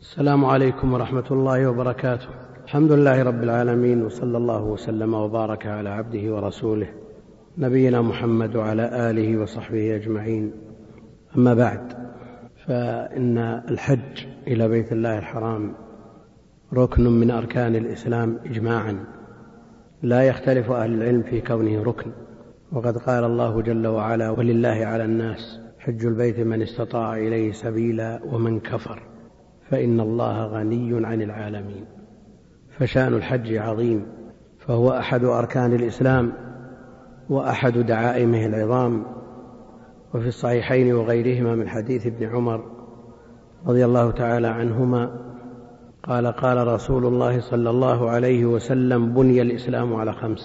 السلام عليكم ورحمة الله وبركاته. الحمد لله رب العالمين، وصلى الله وسلم وبارك على عبده ورسوله نبينا محمد وعلى آله وصحبه أجمعين. أما بعد، فإن الحج إلى بيت الله الحرام ركن من أركان الإسلام إجماعا، لا يختلف أهل العلم في كونه ركن. وقد قال الله جل وعلا: ولله على الناس حج البيت من استطاع إليه سبيلا ومن كفر فإن الله غني عن العالمين. فشأن الحج عظيم، فهو أحد أركان الإسلام وأحد دعائمه العظام. وفي الصحيحين وغيرهما من حديث ابن عمر رضي الله تعالى عنهما قال: قال رسول الله صلى الله عليه وسلم: بني الإسلام على 5: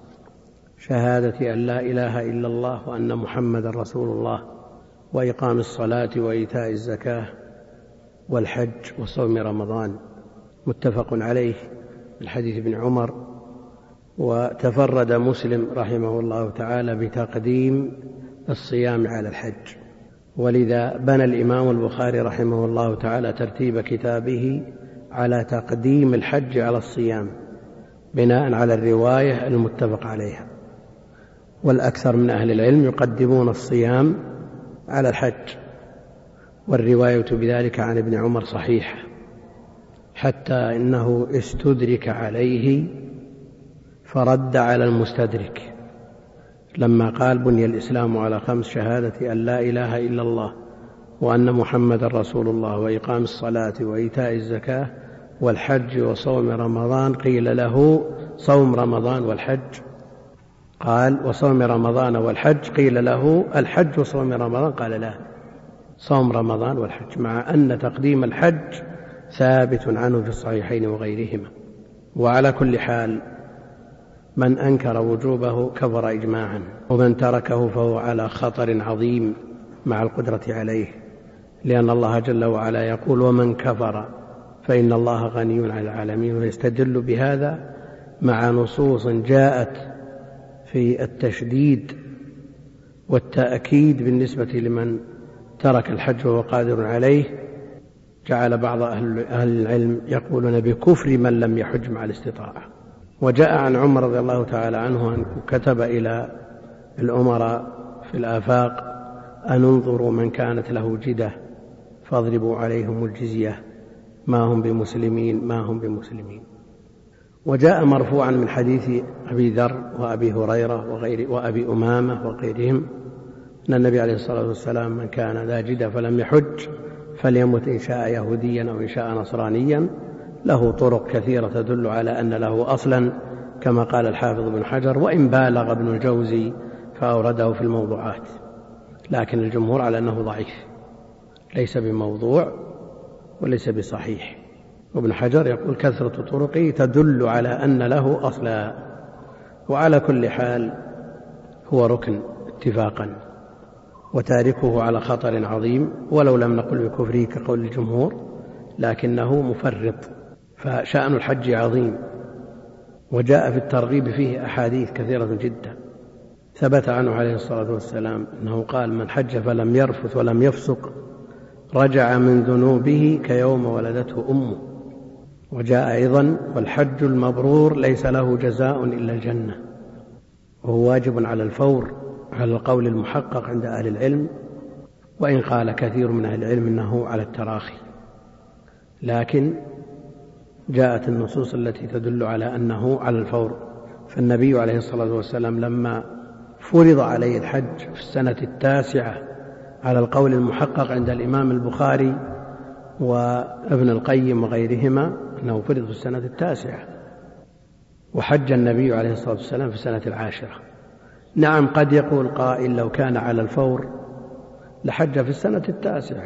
شهادة أن لا إله إلا الله وأن محمد رسول الله، وإقام الصلاة وإيتاء الزكاة والحج وصوم رمضان. متفق عليه من حديث ابن عمر. وتفرد مسلم رحمه الله تعالى بتقديم الصيام على الحج، ولذا بنى الإمام البخاري رحمه الله تعالى ترتيب كتابه على تقديم الحج على الصيام بناء على الرواية المتفق عليها. والأكثر من أهل العلم يقدمون الصيام على الحج، والرواية بذلك عن ابن عمر صحيحة، حتى إنه استدرك عليه فرد على المستدرك لما قال: بني الإسلام على 5: شهادة أن لا إله إلا الله وأن محمد رسول الله، وإقام الصلاة وإيتاء الزكاة والحج وصوم رمضان. قيل له: صوم رمضان والحج؟ قال: وصوم رمضان والحج. قيل له: الحج وصوم رمضان؟ قال: لا، صوم رمضان والحج، مع أن تقديم الحج ثابت عنه في الصحيحين وغيرهما. وعلى كل حال، من أنكر وجوبه كفر إجماعا، ومن تركه فهو على خطر عظيم مع القدرة عليه، لأن الله جل وعلا يقول: ومن كفر فإن الله غني عن العالمين. ويستدل بهذا مع نصوص جاءت في التشديد والتأكيد بالنسبة لمن ترك الحج وهو قادر عليه. جعل بعض أهل العلم يقولون بكفر من لم يحج مع الاستطاعة. وجاء عن عمر رضي الله تعالى عنه أن كتب إلى الأمراء في الآفاق أن انظروا من كانت له جدة فاضربوا عليهم الجزية، ما هم بمسلمين. وجاء مرفوعا من حديث أبي ذر وأبي هريرة وأبي أمامة وغيرهم أن النبي عليه الصلاة والسلام: من كان ذا جدة فلم يحج فليمت إن شاء يهوديا أو إن شاء نصرانيا. له طرق كثيرة تدل على أن له أصلا، كما قال الحافظ بن حجر، وإن بالغ ابن الجوزي فأورده في الموضوعات، لكن الجمهور على أنه ضعيف، ليس بموضوع وليس بصحيح. وابن حجر يقول: كثرة طرقه تدل على أن له أصلا. وعلى كل حال هو ركن اتفاقا، وتاركه على خطر عظيم، ولو لم نقل بكفره كقول الجمهور، لكنه مفرط. فشأن الحج عظيم، وجاء في الترغيب فيه أحاديث كثيرة جدا. ثبت عنه عليه الصلاة والسلام أنه قال: من حج فلم يرفث ولم يفسق رجع من ذنوبه كيوم ولدته أمه. وجاء أيضا: والحج المبرور ليس له جزاء إلا الجنة. وهو واجب على الفور على القول المحقق عند أهل العلم، وإن قال كثير من أهل العلم أنه على التراخي، لكن جاءت النصوص التي تدل على أنه على الفور. فالنبي عليه الصلاة والسلام لما فرض عليه الحج في السنة 9 على القول المحقق عند الإمام البخاري وابن القيم وغيرهما أنه فرض في السنة 9، وحج النبي عليه الصلاة والسلام في السنة 10. نعم، قد يقول قائل: لو كان على الفور لحج في السنة 9.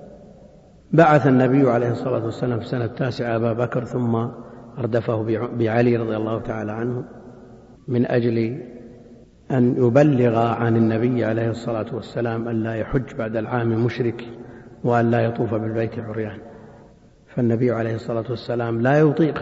بعث النبي عليه الصلاة والسلام في السنة 9 أبا بكر، ثم أردفه بعلي رضي الله تعالى عنه من أجل أن يبلغ عن النبي عليه الصلاة والسلام أن لا يحج بعد العام مشرك، وأن لا يطوف بالبيت عريان. فالنبي عليه الصلاة والسلام لا يطيق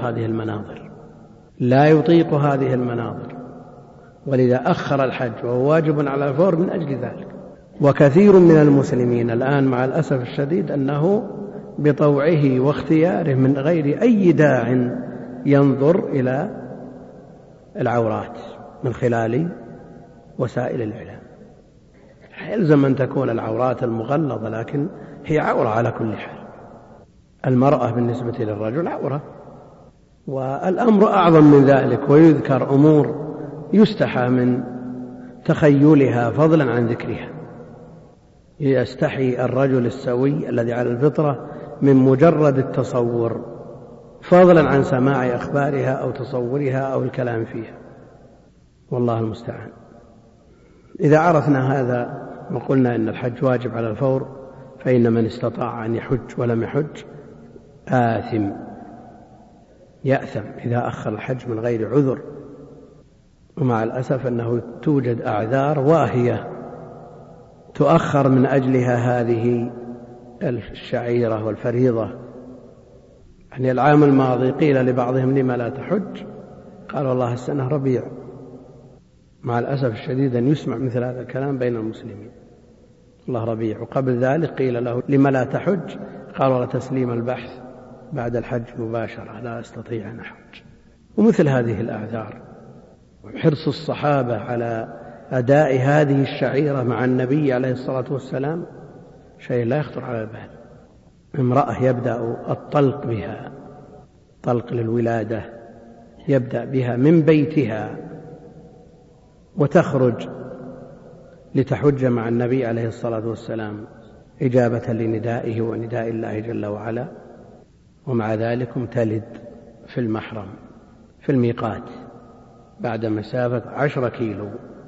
هذه المناظر، ولذا أخر الحج، وهو واجب على الفور من أجل ذلك. وكثير من المسلمين الآن مع الأسف الشديد أنه بطوعه واختياره من غير أي داع ينظر إلى العورات من خلال وسائل الإعلام. يلزم أن تكون العورات المغلظة، لكن هي عورة على كل حال. المرأة بالنسبة للرجل عورة، والأمر أعظم من ذلك، ويذكر أمور يستحى من تخيلها فضلا عن ذكرها. يستحي الرجل السوي الذي على الفطرة من مجرد التصور فضلا عن سماع أخبارها أو تصورها أو الكلام فيها، والله المستعان. إذا عرفنا هذا وقلنا إن الحج واجب على الفور، فإن من استطاع أن يحج ولم يحج آثم، يأثم إذا أخر الحج من غير عذر. ومع الأسف أنه توجد أعذار واهية تؤخر من أجلها هذه الشعيرة والفريضة. يعني العام الماضي قيل لبعضهم لما لا تحج؟ قال والله السنة ربيع. مع الأسف الشديد أن يسمع مثل هذا الكلام بين المسلمين، الله ربيع. وقبل ذلك قيل له لما لا تحج؟ قال والله تسليم البحث بعد الحج مباشرة، لا أستطيع أن أحج. ومثل هذه الأعذار. وحرص الصحابة على أداء هذه الشعيرة مع النبي عليه الصلاة والسلام شيء لا يخطر على البال. امرأة يبدأ الطلق بها، طلق للولادة، يبدأ بها من بيتها وتخرج لتحج مع النبي عليه الصلاة والسلام إجابة لندائه ونداء الله جل وعلا، ومع ذلك تلد في المحرم في الميقات بعد مسافة 10 كيلو.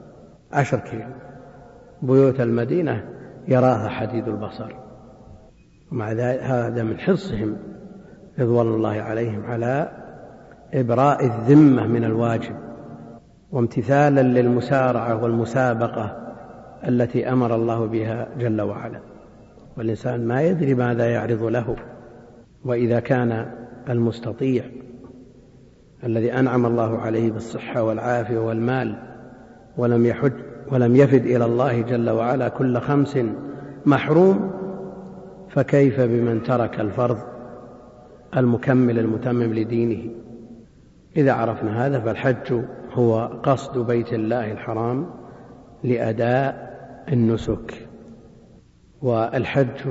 بيوت المدينة يراها حديد البصر. ومع ذلك هذا من حرصهم رضوان الله عليهم على إبراء الذمة من الواجب، وامتثالا للمسارعة والمسابقة التي أمر الله بها جل وعلا. والإنسان ما يدري ماذا يعرض له. وإذا كان المستطيع الذي أنعم الله عليه بالصحة والعافية والمال ولم يحج ولم يفد إلى الله جل وعلا كل 5 محروم، فكيف بمن ترك الفرض المكمل المتمم لدينه؟ إذا عرفنا هذا، فالحج هو قصد بيت الله الحرام لأداء النسك. والحج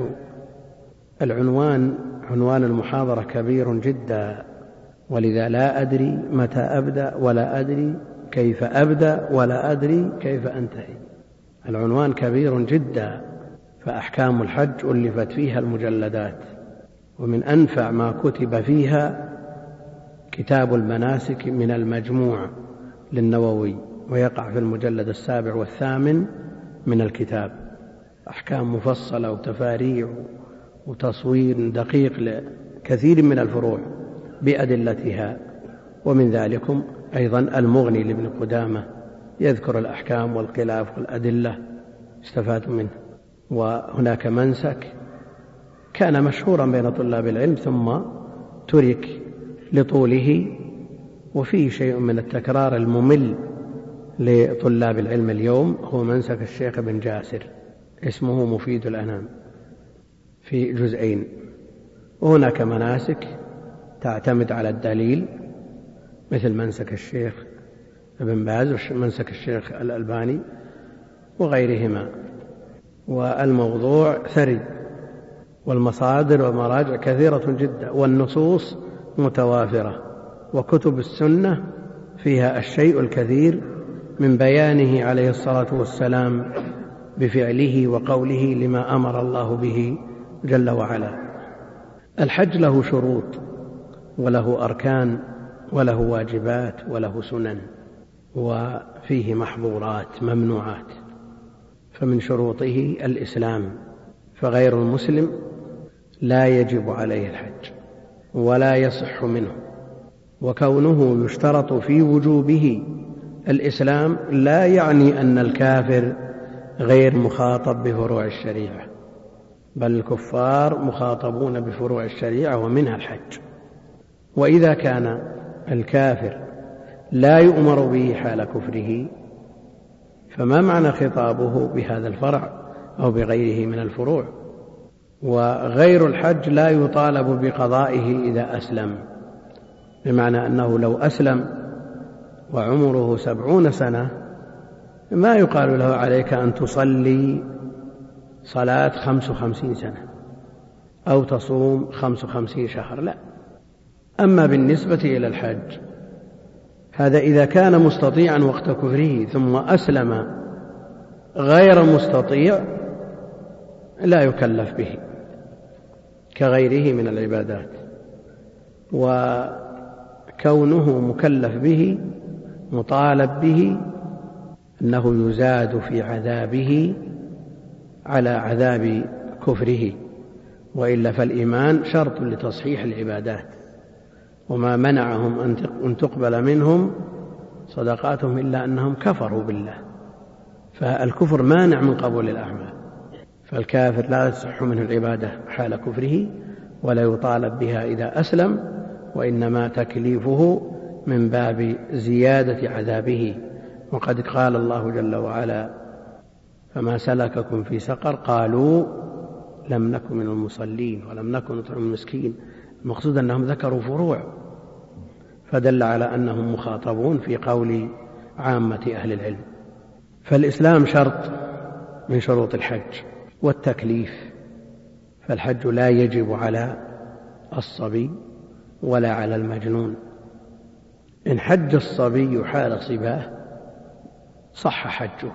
عنوان المحاضرة كبير جدا، ولذا لا أدري متى أبدأ ولا أدري كيف أبدأ ولا أدري كيف أنتهي. العنوان كبير جدا، فأحكام الحج ألفت فيها المجلدات، ومن أنفع ما كتب فيها كتاب المناسك من المجموع للنووي، ويقع في المجلد 7 و8 من الكتاب. أحكام مفصلة وتفاريع وتصوير دقيق لكثير من الفروع بأدلتها. ومن ذلكم أيضا المغني لابن قدامة يذكر الأحكام والخلاف والأدلة استفاد منه. وهناك منسك كان مشهورا بين طلاب العلم ثم ترك لطوله، وفيه شيء من التكرار الممل لطلاب العلم اليوم، هو منسك الشيخ ابن جاسر، اسمه مفيد الأنام، في جزئين. وهناك مناسك تعتمد على الدليل مثل منسك الشيخ ابن باز ومنسك الشيخ الألباني وغيرهما. والموضوع ثري، والمصادر والمراجع كثيرة جدا، والنصوص متوافرة، وكتب السنة فيها الشيء الكثير من بيانه عليه الصلاة والسلام بفعله وقوله لما أمر الله به جل وعلا. الحج له شروط وله أركان وله واجبات وله سنن، وفيه محظورات ممنوعات. فمن شروطه الإسلام، فغير المسلم لا يجب عليه الحج ولا يصح منه. وكونه يشترط في وجوبه الإسلام لا يعني أن الكافر غير مخاطب بفروع الشريعة، بل الكفار مخاطبون بفروع الشريعة ومنها الحج. وإذا كان الكافر لا يؤمر به حال كفره، فما معنى خطابه بهذا الفرع أو بغيره من الفروع؟ وغير الحج لا يطالب بقضائه إذا أسلم، بمعنى أنه لو أسلم وعمره 70 سنة ما يقال له عليك أن تصلي صلاة 55 سنة أو تصوم 55 شهر، لا. أما بالنسبة إلى الحج هذا إذا كان مستطيعا وقت كفره ثم أسلم غير مستطيع لا يكلف به كغيره من العبادات، وكونه مكلف به مطالب به أنه يزاد في عذابه على عذاب كفره، وإلا فالإيمان شرط لتصحيح العبادات، وما منعهم أن تقبل منهم صدقاتهم إلا أنهم كفروا بالله، فالكفر مانع من قبول الأعمال، فالكافر لا تصح منه العبادة حال كفره ولا يطالب بها إذا أسلم، وإنما تكليفه من باب زيادة عذابه. وقد قال الله جل وعلا: فما سلككم في سقر قالوا لم نكن من المصلين ولم نكن نطعم المسكين. المقصود أنهم ذكروا فروع، فدل على أنهم مخاطبون في قول عامة أهل العلم. فالإسلام شرط من شروط الحج والتكليف، فالحج لا يجب على الصبي ولا على المجنون. إن حج الصبي حال صباه صح حجه،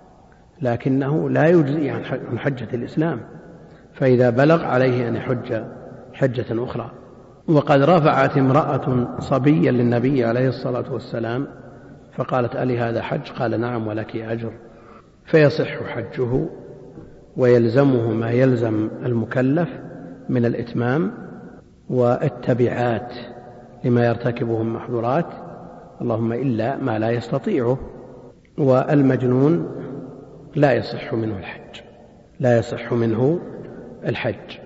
لكنه لا يجزي عن حجة الإسلام، فإذا بلغ عليه أن يحج حجة أخرى. وقد رفعت امرأة صبيا للنبي عليه الصلاة والسلام فقالت: ألي هذا حج؟ قال: نعم ولك أجر. فيصح حجه ويلزمه ما يلزم المكلف من الإتمام والتبعات لما يرتكبه من محظورات، اللهم إلا ما لا يستطيعه. والمجنون لا يصح منه الحج، لا يصح منه الحج.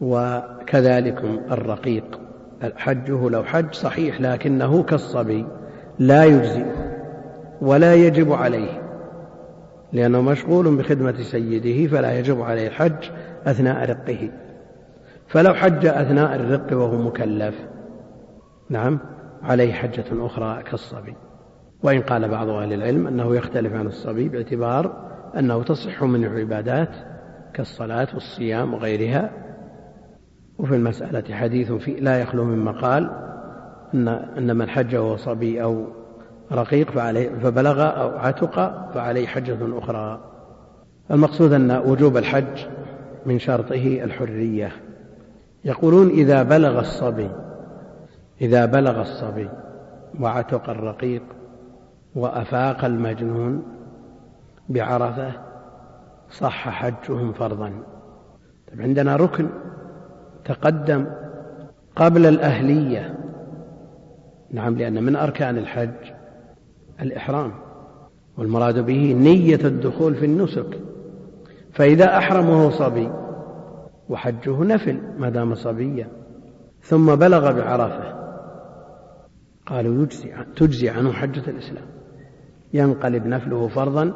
وكذلك الرقيق حجه لو حج صحيح لكنه كالصبي لا يجزئه ولا يجب عليه، لأنه مشغول بخدمة سيده فلا يجب عليه الحج أثناء رقه. فلو حج أثناء الرق وهو مكلف نعم عليه حجة أخرى كالصبي. وإن قال بعض أهل العلم أنه يختلف عن الصبي باعتبار أنه تصح منه عبادات كالصلاة والصيام وغيرها. وفي المسألة حديث لا يخلو من مقال أن من حج وهو صبي أو رقيق فبلغ أو عتق فعليه حجة أخرى. المقصود أن وجوب الحج من شرطه الحرية. يقولون إذا بلغ الصبي وعتق الرقيق وأفاق المجنون بعرفة صح حجهم فرضا. طيب عندنا ركن تقدم قبل الأهلية، نعم، لأن من أركان الحج الإحرام، والمراد به نية الدخول في النسك. فإذا أحرم وهو صبي وحجه نفل ما دام صبيا ثم بلغ بعرفة قالوا تجزي عنه حجة الإسلام، ينقلب نفله فرضا.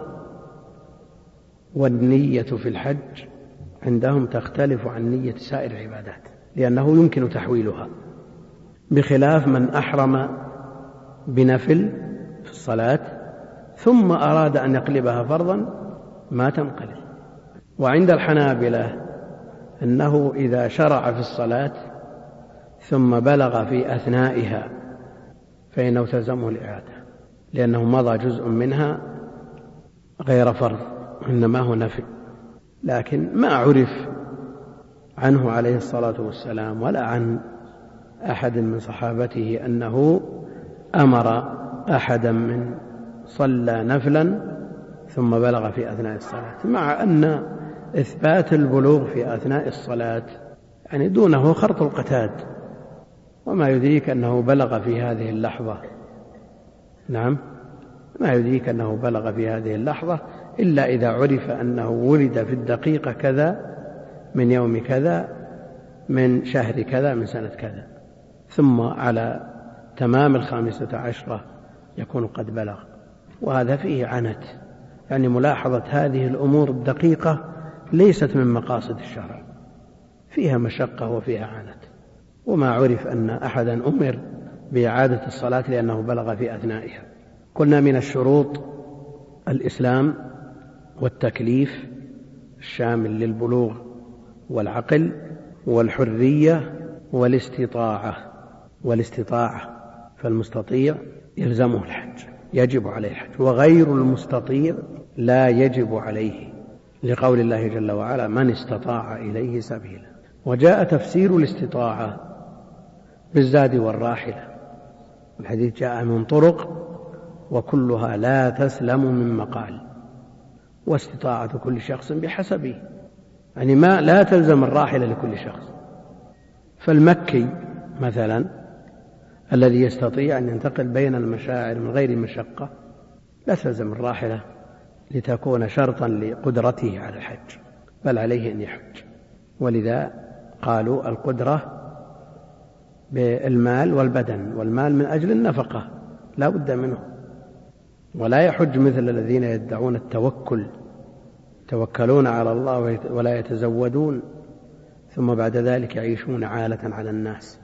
والنية في الحج عندهم تختلف عن نية سائر العبادات لأنه يمكن تحويلها، بخلاف من أحرم بنفل في الصلاة ثم أراد أن يقلبها فرضا ما تنقلب. وعند الحنابلة أنه إذا شرع في الصلاة ثم بلغ في أثنائها فإنه تلزمه الإعادة، لأنه مضى جزء منها غير فرض إنما هو نفل. لكن ما عرف عنه عليه الصلاة والسلام ولا عن أحد من صحابته أنه أمر أحدا من صلى نفلا ثم بلغ في أثناء الصلاة، مع أن إثبات البلوغ في أثناء الصلاة يعني دونه خرط القتاد، وما يدريك أنه بلغ في هذه اللحظة. نعم، ما يدريك أنه بلغ في هذه اللحظة إلا إذا عرف أنه ولد في الدقيقة كذا من يوم كذا من شهر كذا من سنة كذا، ثم على تمام 15 يكون قد بلغ. وهذا فيه عنت، يعني ملاحظة هذه الأمور الدقيقة ليست من مقاصد الشرع، فيها مشقة وفيها عنت، وما عرف أن أحدا أمر بإعادة الصلاة لأنه بلغ في أثنائها. قلنا من الشروط الإسلام والتكليف الشامل للبلوغ والعقل والحرية والاستطاعة، فالمستطيع يلزمه الحج، يجب عليه الحج، وغير المستطيع لا يجب عليه، لقول الله جل وعلا: من استطاع إليه سبيلا. وجاء تفسير الاستطاعة بالزاد والراحلة، الحديث جاء من طرق وكلها لا تسلم من مقال، واستطاعة كل شخص بحسبه، يعني ما لا تلزم الراحلة لكل شخص. فالمكي مثلا الذي يستطيع أن ينتقل بين المشاعر من غير مشقة لا تلزم الراحلة لتكون شرطا لقدرته على الحج، بل عليه أن يحج. ولذا قالوا القدرة بالمال والبدن، والمال من أجل النفقة لا بد منه، ولا يحج مثل الذين يدعون التوكل، يتوكلون على الله ولا يتزودون، ثم بعد ذلك يعيشون عالة على الناس.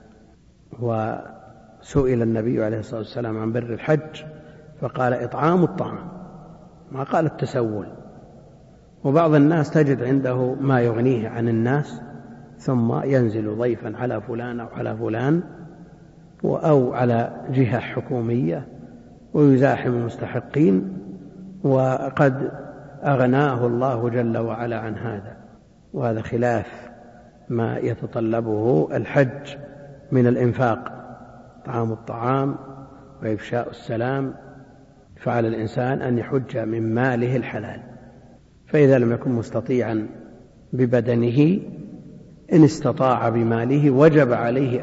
وسئل النبي عليه الصلاة والسلام عن بر الحج فقال: إطعام الطعام، ما قال التسول. وبعض الناس تجد عنده ما يغنيه عن الناس، ثم ينزل ضيفا على فلان أو على فلان أو على جهة حكومية ويزاحم المستحقين، وقد أغناه الله جل وعلا عن هذا، وهذا خلاف ما يتطلبه الحج من الإنفاق، طعام الطعام وإفشاء السلام. فعلى الإنسان أن يحج من ماله الحلال، فإذا لم يكن مستطيعا ببدنه إن استطاع بماله وجب عليه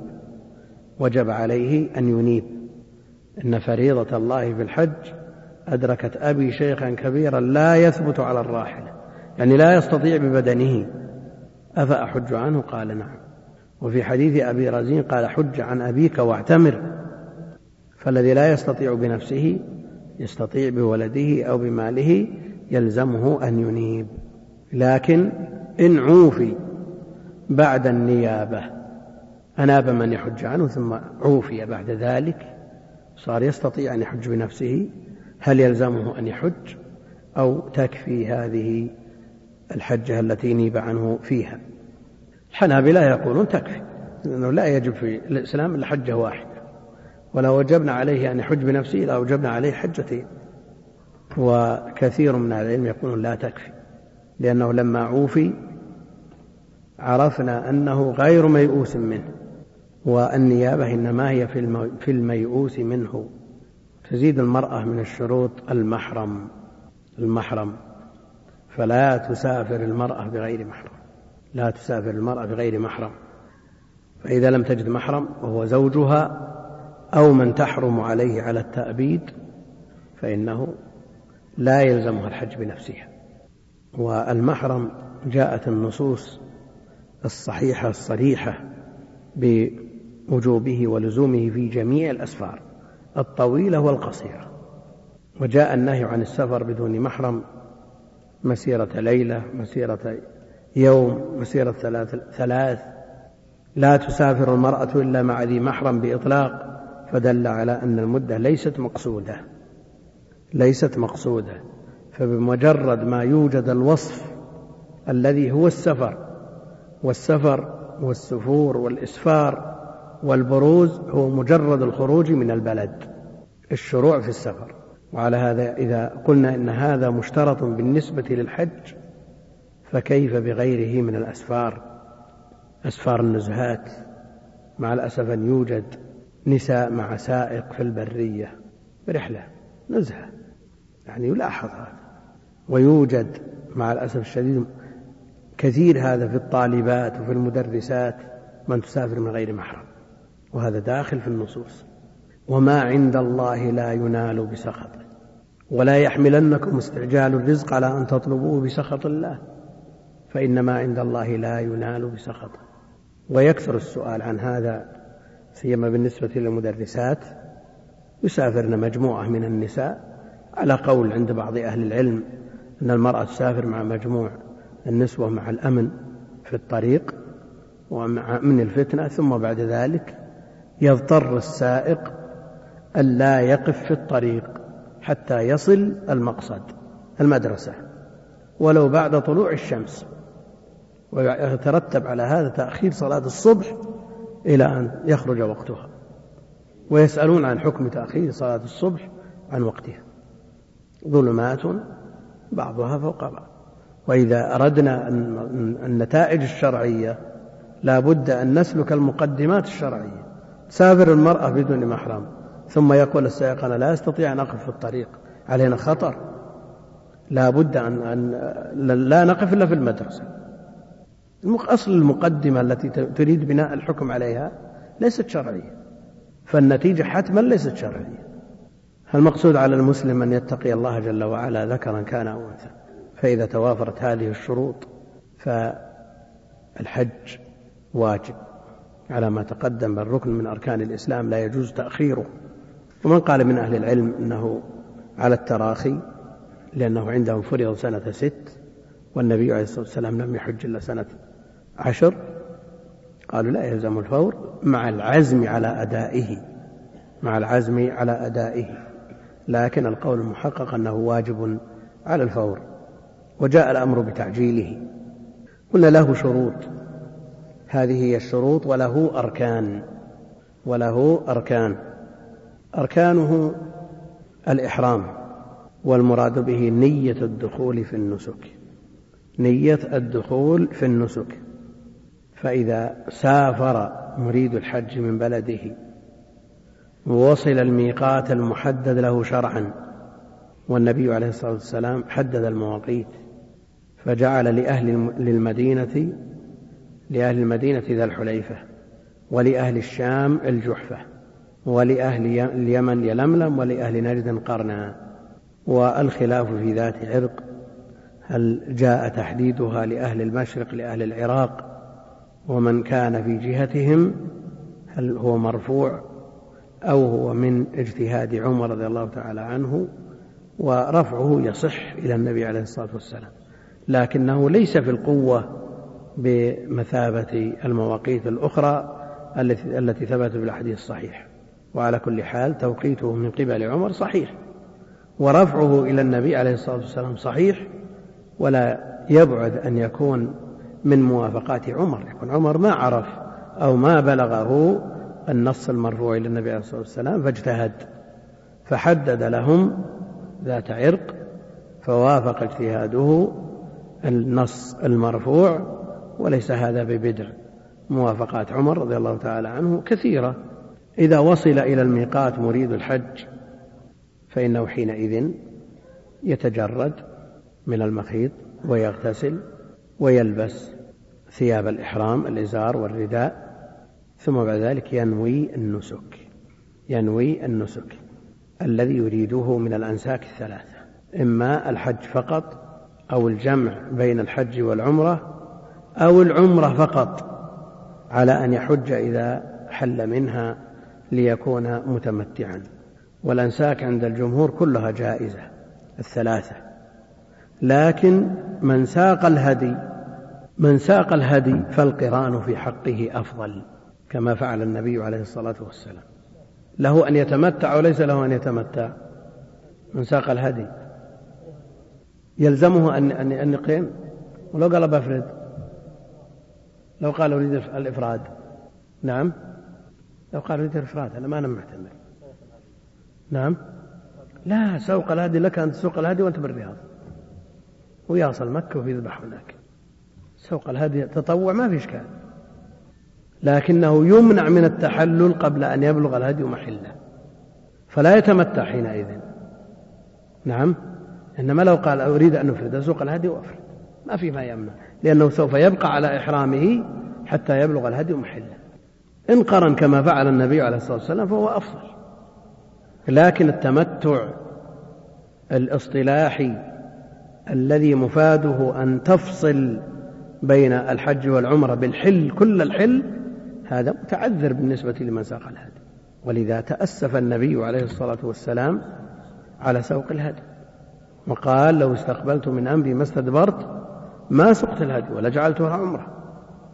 أن ينيب. إن فريضة الله في الحج أدركت أبي شيخا كبيرا لا يثبت على الراحلة، يعني لا يستطيع ببدنه، أفأحج عنه؟ قال: نعم. وفي حديث أبي رزين قال: حج عن أبيك واعتمر. فالذي لا يستطيع بنفسه يستطيع بولده أو بماله يلزمه أن ينيب. لكن إن عوفي بعد النيابة، أناب من يحج عنه ثم عوفي بعد ذلك، صار يستطيع أن يحج بنفسه، هل يلزمه أن يحج أو تكفي هذه الحجة التي نيب عنه فيها؟ الحنابلة يقولون تكفي، لأنه لا يجب في الإسلام إلا حجة واحدة، ولو وجبنا عليه أن يحج بنفسه لا وجبنا عليه حجتين. وكثير من العلم يقولون لا تكفي، لأنه لما عوفي عرفنا أنه غير ميؤوس منه، والنيابة إنما هي في الميؤوس منه. تزيد المرأة من الشروط المحرم، فلا تسافر المرأة بغير محرم، فإذا لم تجد محرم وهو زوجها أو من تحرم عليه على التأبيد فإنه لا يلزمها الحج بنفسها. والمحرم جاءت النصوص الصحيحة الصريحة بوجوبه ولزومه في جميع الأسفار الطويلة والقصيرة، وجاء النهي عن السفر بدون محرم مسيرة ليلة، مسيرة يوم، مسيرة ثلاث. لا تسافر المرأة إلا مع ذي محرم بإطلاق، فدل على أن المدة ليست مقصودة. فبمجرد ما يوجد الوصف الذي هو والسفر والسفور والإسفار والبروز، هو مجرد الخروج من البلد، الشروع في السفر. وعلى هذا إذا قلنا إن هذا مشترط بالنسبة للحج، فكيف بغيره من أسفار النزهات؟ مع الأسف أن يوجد نساء مع سائق في البرية برحلة نزهة، يعني يلاحظ هذا. ويوجد مع الأسف الشديد كثير هذا في الطالبات وفي المدرسات من تسافر من غير محرم، وهذا داخل في النصوص. وما عند الله لا ينال بسخطه، ولا يحملنكم استعجال الرزق على أن تطلبوه بسخط الله، فإنما عند الله لا ينال بسخطه. ويكثر السؤال عن هذا، سيما بالنسبة للمدرسات، يسافرن مجموعة من النساء، على قول عند بعض أهل العلم أن المرأة تسافر مع مجموع النسوة مع الأمن في الطريق، ومن الفتنة، ثم بعد ذلك يضطر السائق ألا يقف في الطريق حتى يصل المقصد المدرسة ولو بعد طلوع الشمس، ويترتب على هذا تأخير صلاة الصبح إلى أن يخرج وقتها، ويسألون عن حكم تأخير صلاة الصبح عن وقتها. ظلمات بعضها فوق بعض. وإذا أردنا النتائج الشرعية لا بد أن نسلك المقدمات الشرعية. تسافر المرأة بدون محرم ثم يقول السائق أنا لا أستطيع أن أقف في الطريق، علينا خطر، لا بد أن لا نقف إلا في المدرسة. أصل المقدمة التي تريد بناء الحكم عليها ليست شرعية، فالنتيجة حتما ليست شرعية. المقصود على المسلم أن يتقي الله جل وعلا ذكرا كان أو أنثى، فإذا توافرت هذه الشروط فالحج واجب على ما تقدم، بل ركن من أركان الإسلام لا يجوز تأخيره. ومن قال من أهل العلم أنه على التراخي لأنه عندهم فرض سنة 6 والنبي عليه الصلاة والسلام لم يحج إلا سنة 10، قالوا لا يلزم الفور مع العزم على أدائه، لكن القول المحقق أنه واجب على الفور، وجاء الأمر بتعجيله. قلنا له شروط، هذه هي الشروط، وله أركان. أركانه الإحرام، والمراد به نية الدخول في النسك. فإذا سافر مريد الحج من بلده ووصل الميقات المحدد له شرعا، والنبي عليه الصلاة والسلام حدد المواقيت فجعل لأهل المدينة ذا الحليفة، ولأهل الشام الجحفة، ولأهل اليمن يلملم، ولأهل نجد قرنا. والخلاف في ذات عرق، هل جاء تحديدها لأهل المشرق لأهل العراق ومن كان في جهتهم، هل هو مرفوع أو هو من اجتهاد عمر رضي الله تعالى عنه، ورفعه يصح إلى النبي عليه الصلاة والسلام، لكنه ليس في القوة بمثابة المواقيت الأخرى التي ثبتت بالحديث الصحيح. وعلى كل حال توقيته من قبل عمر صحيح، ورفعه إلى النبي عليه الصلاة والسلام صحيح، ولا يبعد أن يكون من موافقات عمر، يكون عمر ما عرف أو ما بلغه النص المرفوع إلى النبي عليه الصلاة والسلام فاجتهد فحدد لهم ذات عرق، فوافق اجتهاده النص المرفوع، وليس هذا ببدع. موافقات عمر رضي الله تعالى عنه كثيرة. إذا وصل إلى الميقات مريد الحج فإنه حينئذ يتجرد من المخيط ويغتسل ويلبس ثياب الإحرام الإزار والرداء، ثم بعد ذلك ينوي النسك الذي يريده من الأنساك الثلاثة، إما الحج فقط أو الجمع بين الحج والعمرة أو العمرة فقط، على أن يحج إذا حل منها ليكون متمتعا. والأنساك عند الجمهور كلها جائزة الثلاثة، لكن من ساق الهدي فالقران في حقه أفضل، كما فعل النبي عليه الصلاة والسلام. له أن يتمتع وليس له أن يتمتع. من ساق الهدي يلزمه أن يقيم، ولو قال بفرد، لو قال أريد الإفراد، نعم، لو قال أريد الإفراد أنا ما محتمل، نعم، لا، سوق الهدي لك أن تسوق الهدي وأنت بالرياض ويصل مكة ويذبح هناك. سوق الهدي تطوع ما في إشكال، لكنه يمنع من التحلل قبل أن يبلغ الهدي محله، فلا يتمتع حينئذ. نعم، إنما لو قال أريد أن أفرد أسوق الهدي وأفرد، ما في ما يمنع، لأنه سوف يبقى على إحرامه حتى يبلغ الهدي محله. إن قرن كما فعل النبي عليه الصلاة والسلام فهو أفضل. لكن التمتع الاصطلاحي الذي مفاده أن تفصل بين الحج والعمرة بالحل كل الحل، هذا متعذر بالنسبة لمن ساق الهدي. ولذا تأسف النبي عليه الصلاة والسلام على سوق الهدي، وقال لو استقبلت من أمري ما استدبرت ما سقت الهدي ولجعلتها عمرة.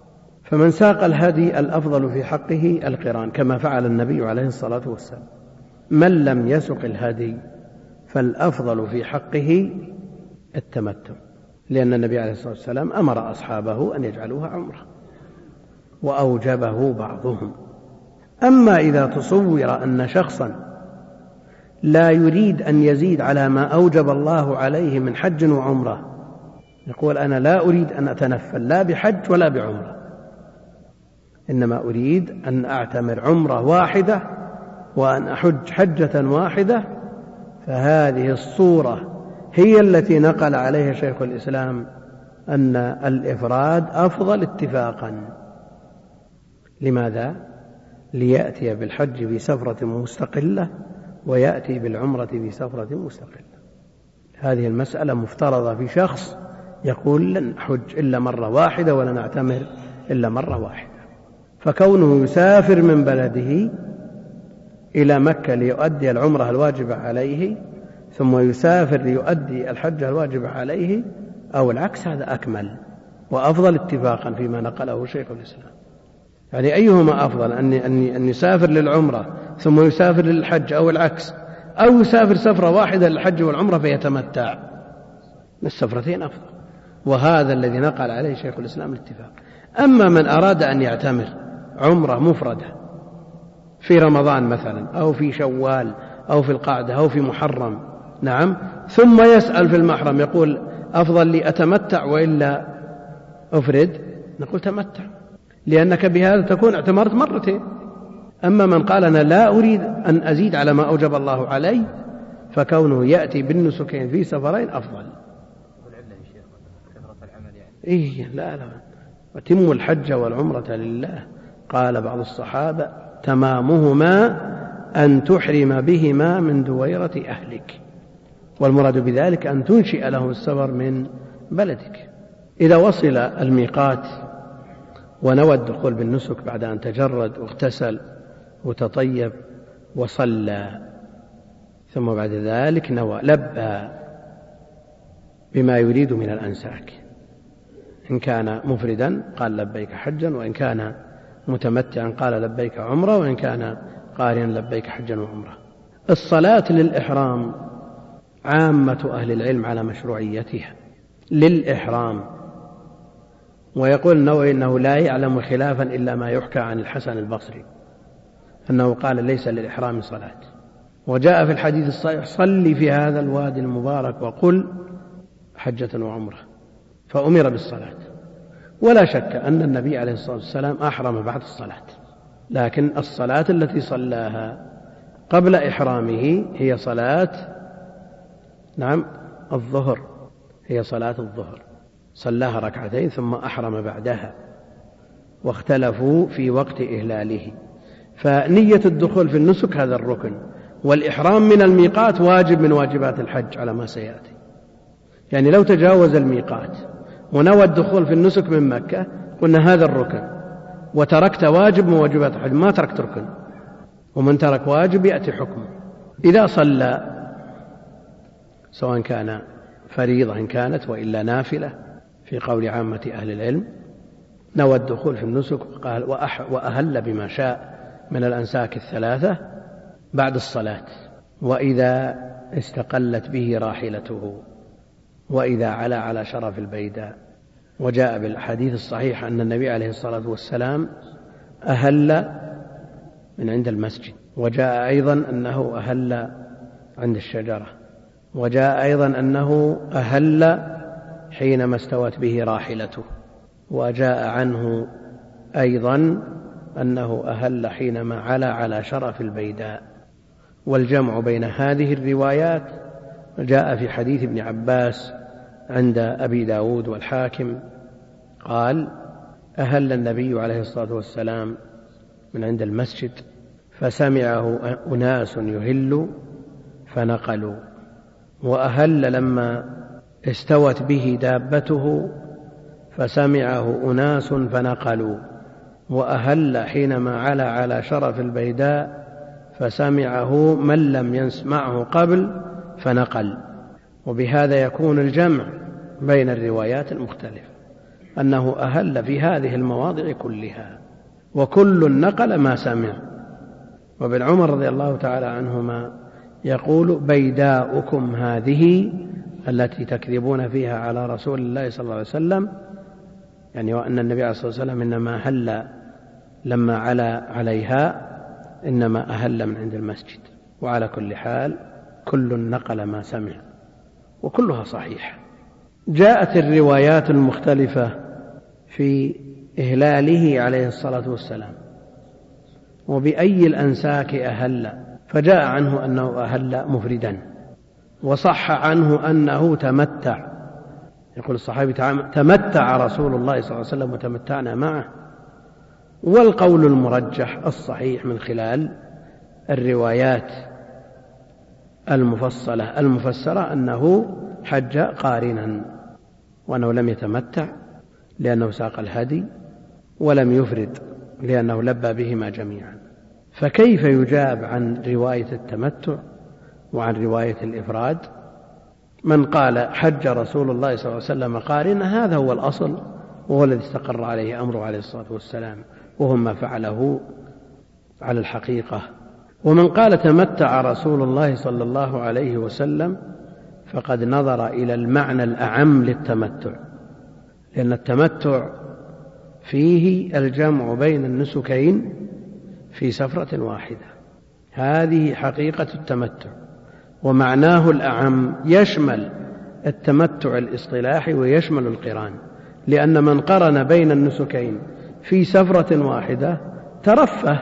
فمن ساق الهدي الأفضل في حقه القران كما فعل النبي عليه الصلاة والسلام. من لم يسق الهدي فالأفضل في حقه التمتع، لأن النبي عليه الصلاة والسلام أمر أصحابه أن يجعلوها عمرة وأوجبه بعضهم. أما إذا تصور أن شخصا لا يريد أن يزيد على ما أوجب الله عليه من حج وعمرة، يقول أنا لا أريد أن أتنفل لا بحج ولا بعمرة، إنما أريد أن أعتمر عمرة واحدة وأن أحج حجة واحدة، فهذه الصورة هي التي نقل عليها شيخ الإسلام أن الإفراد أفضل اتفاقا. لماذا؟ ليأتي بالحج بسفرة مستقلة ويأتي بالعمرة بسفرة مستقلة. هذه المسألة مفترضة في شخص يقول لن أحج إلا مرة واحدة ولن أعتمر إلا مرة واحدة، فكونه يسافر من بلده إلى مكة ليؤدي العمرة الواجبة عليه ثم يسافر ليؤدي الحج الواجبة عليه أو العكس، هذا أكمل وأفضل اتفاقا فيما نقله شيخ الإسلام. يعني أيهما أفضل، أن يسافر للعمرة ثم يسافر للحج أو العكس، أو يسافر سفرة واحدة للحج والعمرة فيتمتع؟ السفرتين أفضل، وهذا الذي نقل عليه شيخ الإسلام الاتفاق. أما من أراد أن يعتمر عمرة مفردة في رمضان مثلا أو في شوال أو في القعدة أو في محرم، نعم، ثم يسأل في المحرم يقول أفضل لي أتمتع وإلا أفرد، نقول تمتع، لأنك بهذا تكون اعتمرت مرتين. أما من قال أنا لا أريد أن أزيد على ما أوجب الله علي، فكونه يأتي بالنسكين في سفرين أفضل. إيه لا وتم الحج والعمرة لله. قال بعض الصحابة تمامهما أن تحرم بهما من دويرة أهلك، والمراد بذلك أن تنشئ له السفر من بلدك. إذا وصل الميقات ونوى الدخول بالنسك بعد أن تجرد واغتسل وتطيب وصلى، ثم بعد ذلك نوى لبى بما يريد من الأنساك، إن كان مفردا قال لبيك حجا، وإن كان متمتعا قال لبيك عمرة، وإن كان قارنا لبيك حجا وعمرة. الصلاة للإحرام عامة أهل العلم على مشروعيتها للإحرام، ويقول النووي إنه لا يعلم خلافا إلا ما يحكى عن الحسن البصري أنه قال ليس للإحرام صلاة. وجاء في الحديث الصحيح صلي في هذا الوادي المبارك وقل حجة وعمرة، فأمر بالصلاة. ولا شك أن النبي عليه الصلاة والسلام أحرم بعد الصلاة، لكن الصلاة التي صلاها قبل إحرامه هي صلاة الظهر، هي صلاة الظهر، صلاها ركعتين ثم أحرم بعدها، واختلفوا في وقت إهلاله. فنية الدخول في النسك هذا الركن، والإحرام من الميقات واجب من واجبات الحج على ما سيأتي. يعني لو تجاوز الميقات ونوى الدخول في النسك من مكة قلنا هذا الركن، وتركت واجب من واجبات الحج، ما تركت ركن، ومن ترك واجب يأتي حكمه. إذا صلى سواء كان فريضة إن كانت وإلا نافلة في قول عامة أهل العلم، نوى الدخول في النسك وأهل بما شاء من الأنساك الثلاثة بعد الصلاة، وإذا استقلت به راحلته، وإذا علا على شرف البيداء. وجاء بالحديث الصحيح أن النبي عليه الصلاة والسلام أهل من عند المسجد، وجاء أيضا أنه أهل عند الشجرة، وجاء أيضا أنه أهل حينما استوت به راحلته، وجاء عنه أيضا أنه أهل حينما علا على شرف البيداء. والجمع بين هذه الروايات جاء في حديث ابن عباس عند أبي داود والحاكم قال أهل النبي عليه الصلاة والسلام من عند المسجد فسمعه أناس يهل فنقلوا، وأهل لما استوت به دابته فسمعه أناس فنقلوا، وأهل حينما علا على شرف البيداء فسمعه من لم يسمعه قبل فنقل. وبهذا يكون الجمع بين الروايات المختلفة. أنه أهل في هذه المواضع كلها، وكل نقل ما سمع. وابن عمر رضي الله تعالى عنهما يقول: بيداؤكم هذه التي تكذبون فيها على رسول الله صلى الله عليه وسلم، يعني وأن النبي عليه الصلاة والسلام إنما أهل لما عليها إنما أهل من عند المسجد. وعلى كل حال كل نقل ما سمع وكلها صحيح. جاءت الروايات المختلفة في إهلاله عليه الصلاة والسلام وبأي الأنساك أهل، فجاء عنه أنه أهل مفردا، وصح عنه أنه تمتع. يقول الصحابي: تمتع رسول الله صلى الله عليه وسلم وتمتعنا معه. والقول المرجح الصحيح من خلال الروايات المفسرة أنه حج قارنا، وأنه لم يتمتع لأنه ساق الهدي، ولم يفرد لأنه لبى بهما جميعا. فكيف يجاب عن رواية التمتع وعن رواية الإفراد؟ من قال حج رسول الله صلى الله عليه وسلم قارنا هذا هو الأصل، وهو الذي استقر عليه أمره عليه الصلاة والسلام، وهو ما فعله على الحقيقة. ومن قال تمتع رسول الله صلى الله عليه وسلم فقد نظر إلى المعنى الأعم للتمتع، لأن التمتع فيه الجمع بين النسكين في سفرة واحدة. هذه حقيقة التمتع، ومعناه الأعم يشمل التمتع الاصطلاحي ويشمل القران، لأن من قرن بين النسكين في سفرة واحدة ترفه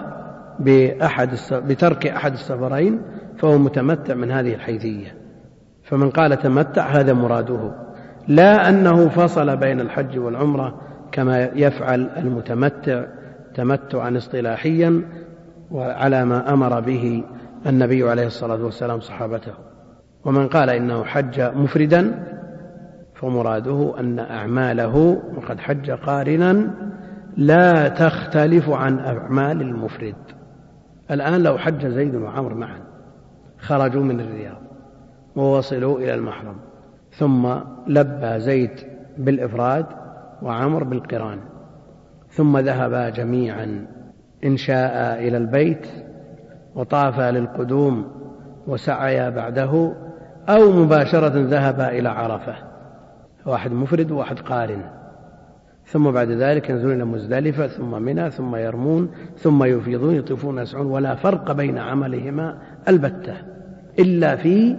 بترك أحد السفرين، فهو متمتع من هذه الحيثية. فمن قال تمتع هذا مراده، لا أنه فصل بين الحج والعمرة كما يفعل المتمتع تمتعا اصطلاحيا وعلى ما أمر به النبي عليه الصلاة والسلام صحابته. ومن قال إنه حج مفردا فمراده أن أعماله وقد حج قارنا لا تختلف عن أعمال المفرد. الآن لو حج زيد وعمر معا، خرجوا من الرياض ووصلوا إلى المحرم، ثم لبى زيد بالإفراد وعمر بالقران، ثم ذهبا جميعا إن شاء إلى البيت وطافا للقدوم وسعيا بعده، أو مباشرة ذهبا إلى عرفة، واحد مفرد وواحد قارن، ثم بعد ذلك ينزلون إلى مزدلفة ثم منى ثم يرمون ثم يفيضون يطوفون يسعون، ولا فرق بين عملهما البتة إلا في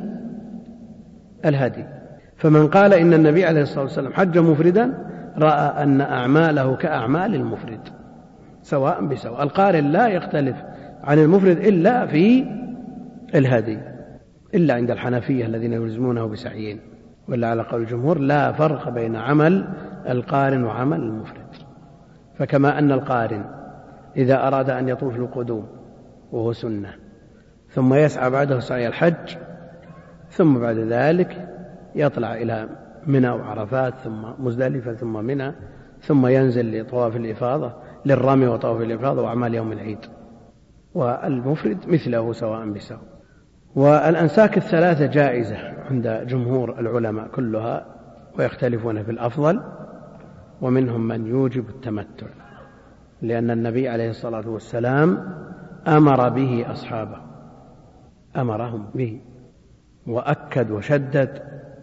الهدي. فمن قال إن النبي عليه الصلاة والسلام حج مفردا رأى أن أعماله كأعمال المفرد سواء بسواء. القارن لا يختلف عن المفرد إلا في الهدي، إلا عند الحنفية الذين يلزمونه بسعيين، ولا على قول الجمهور لا فرق بين عمل القارن وعمل المفرد. فكما أن القارن إذا أراد أن يطوف القدوم وهو سنة ثم يسعى بعده سعي الحج، ثم بعد ذلك يطلع إلى منى وعرفات ثم مزدلفة ثم منى، ثم ينزل لطواف الإفاضة للرمي وطواف الإفاضة وأعمال يوم العيد، والمفرد مثله سواء بسواء. والأنساك الثلاثة جائزة عند جمهور العلماء كلها، ويختلفون في الأفضل، ومنهم من يوجب التمتع، لأن النبي عليه الصلاة والسلام أمر به أصحابه، أمرهم به وأكد وشدد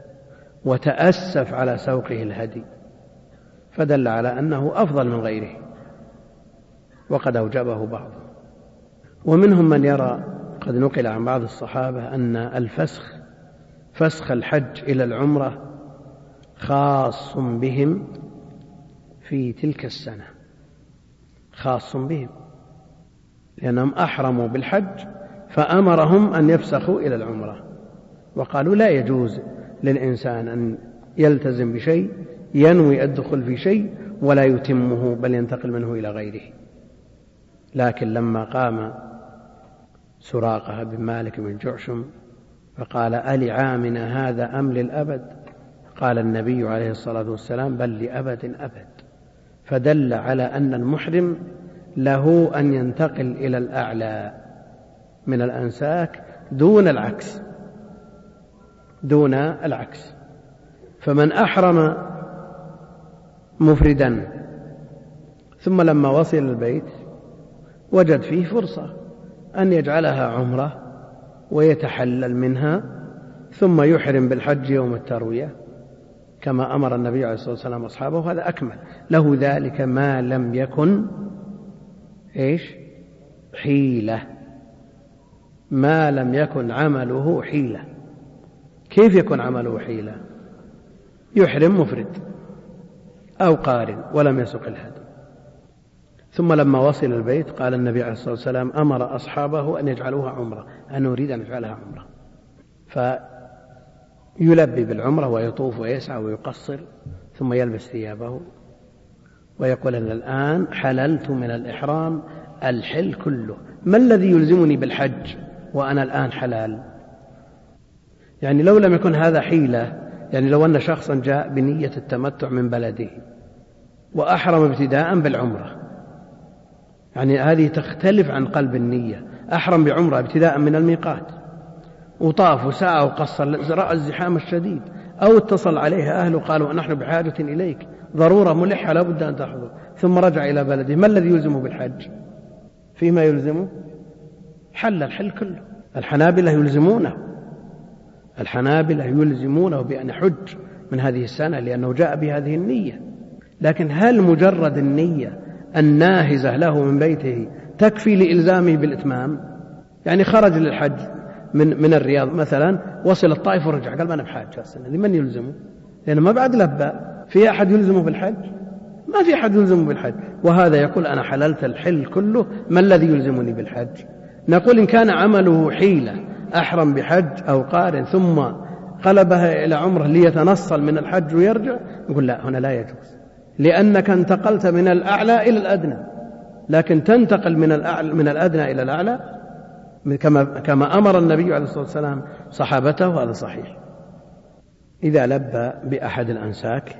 وتأسف على سوقه الهدي، فدل على أنه أفضل من غيره، وقد أوجبه بعضهم. ومنهم من يرى، قد نقل عن بعض الصحابة، أن فسخ الحج إلى العمرة خاص بهم في تلك السنة، خاص بهم لأنهم أحرموا بالحج فأمرهم أن يفسخوا إلى العمرة، وقالوا لا يجوز للإنسان أن يلتزم بشيء ينوي الدخول في شيء ولا يتمه بل ينتقل منه إلى غيره. لكن لما قام سراقة بن مالك بن جعشم فقال ألعامنا هذا أم للأبد؟ قال النبي عليه الصلاة والسلام بل لأبد أبد، فدل على أن المحرم له أن ينتقل إلى الأعلى من الأنساك دون العكس. فمن أحرم مفردا، ثم لما وصل البيت وجد فيه فرصة أن يجعلها عمرة ويتحلل منها ثم يحرم بالحج يوم التروية كما أمر النبي عليه الصلاة والسلام أصحابه، وهذا أكمل له ذلك ما لم يكن حيلة، ما لم يكن عمله حيلة. كيف يكون عمله حيلة؟ يحرم مفرد أو قارن ولم يسق الهدي، ثم لما وصل البيت قال النبي عليه الصلاة والسلام أمر أصحابه أن يجعلوها عمرة، أنا أريد أن أجعلها عمرة، فيلبي بالعمرة ويطوف ويسعى ويقصر ثم يلبس ثيابه ويقول أن الآن حللت من الإحرام الحل كله، ما الذي يلزمني بالحج وأنا الآن حلال؟ يعني لو لم يكن هذا حيلة، يعني لو أن شخصا جاء بنية التمتع من بلده وأحرم ابتداء بالعمرة، يعني هذه تختلف عن قلب النية، أحرم بعمرة ابتداء من الميقات وطاف وسعى وقصر، رأى الزحام الشديد أو اتصل عليها أهله قالوا نحن بحاجة إليك ضرورة ملحة لا بد أن تحضر، ثم رجع إلى بلده، ما الذي يلزمه بالحج؟ فيما يلزمه حل الحل كله. الحنابلة يلزمونه بأن يحج من هذه السنة لأنه جاء بهذه النية، لكن هل مجرد النية الناهزة له من بيته تكفي لإلزامه بالإتمام؟ يعني خرج للحج من الرياض مثلا، وصل الطائف ورجع قال ما أنا بحاج السنة، لمن يلزمه؟ لأنه ما بعد لبى. في أحد يلزمه بالحج؟ ما في أحد يلزمه بالحج، وهذا يقول أنا حللت الحل كله، ما الذي يلزمني بالحج؟ نقول إن كان عمله حيلة أحرم بحج أو قارن ثم قلبها إلى عمره ليتنصل من الحج ويرجع، نقول لا، هنا لا يجوز، لأنك انتقلت من الأعلى إلى الأدنى، لكن تنتقل من الأدنى إلى الأعلى كما أمر النبي عليه الصلاة والسلام صحابته، هذا صحيح. إذا لبى بأحد الأنساك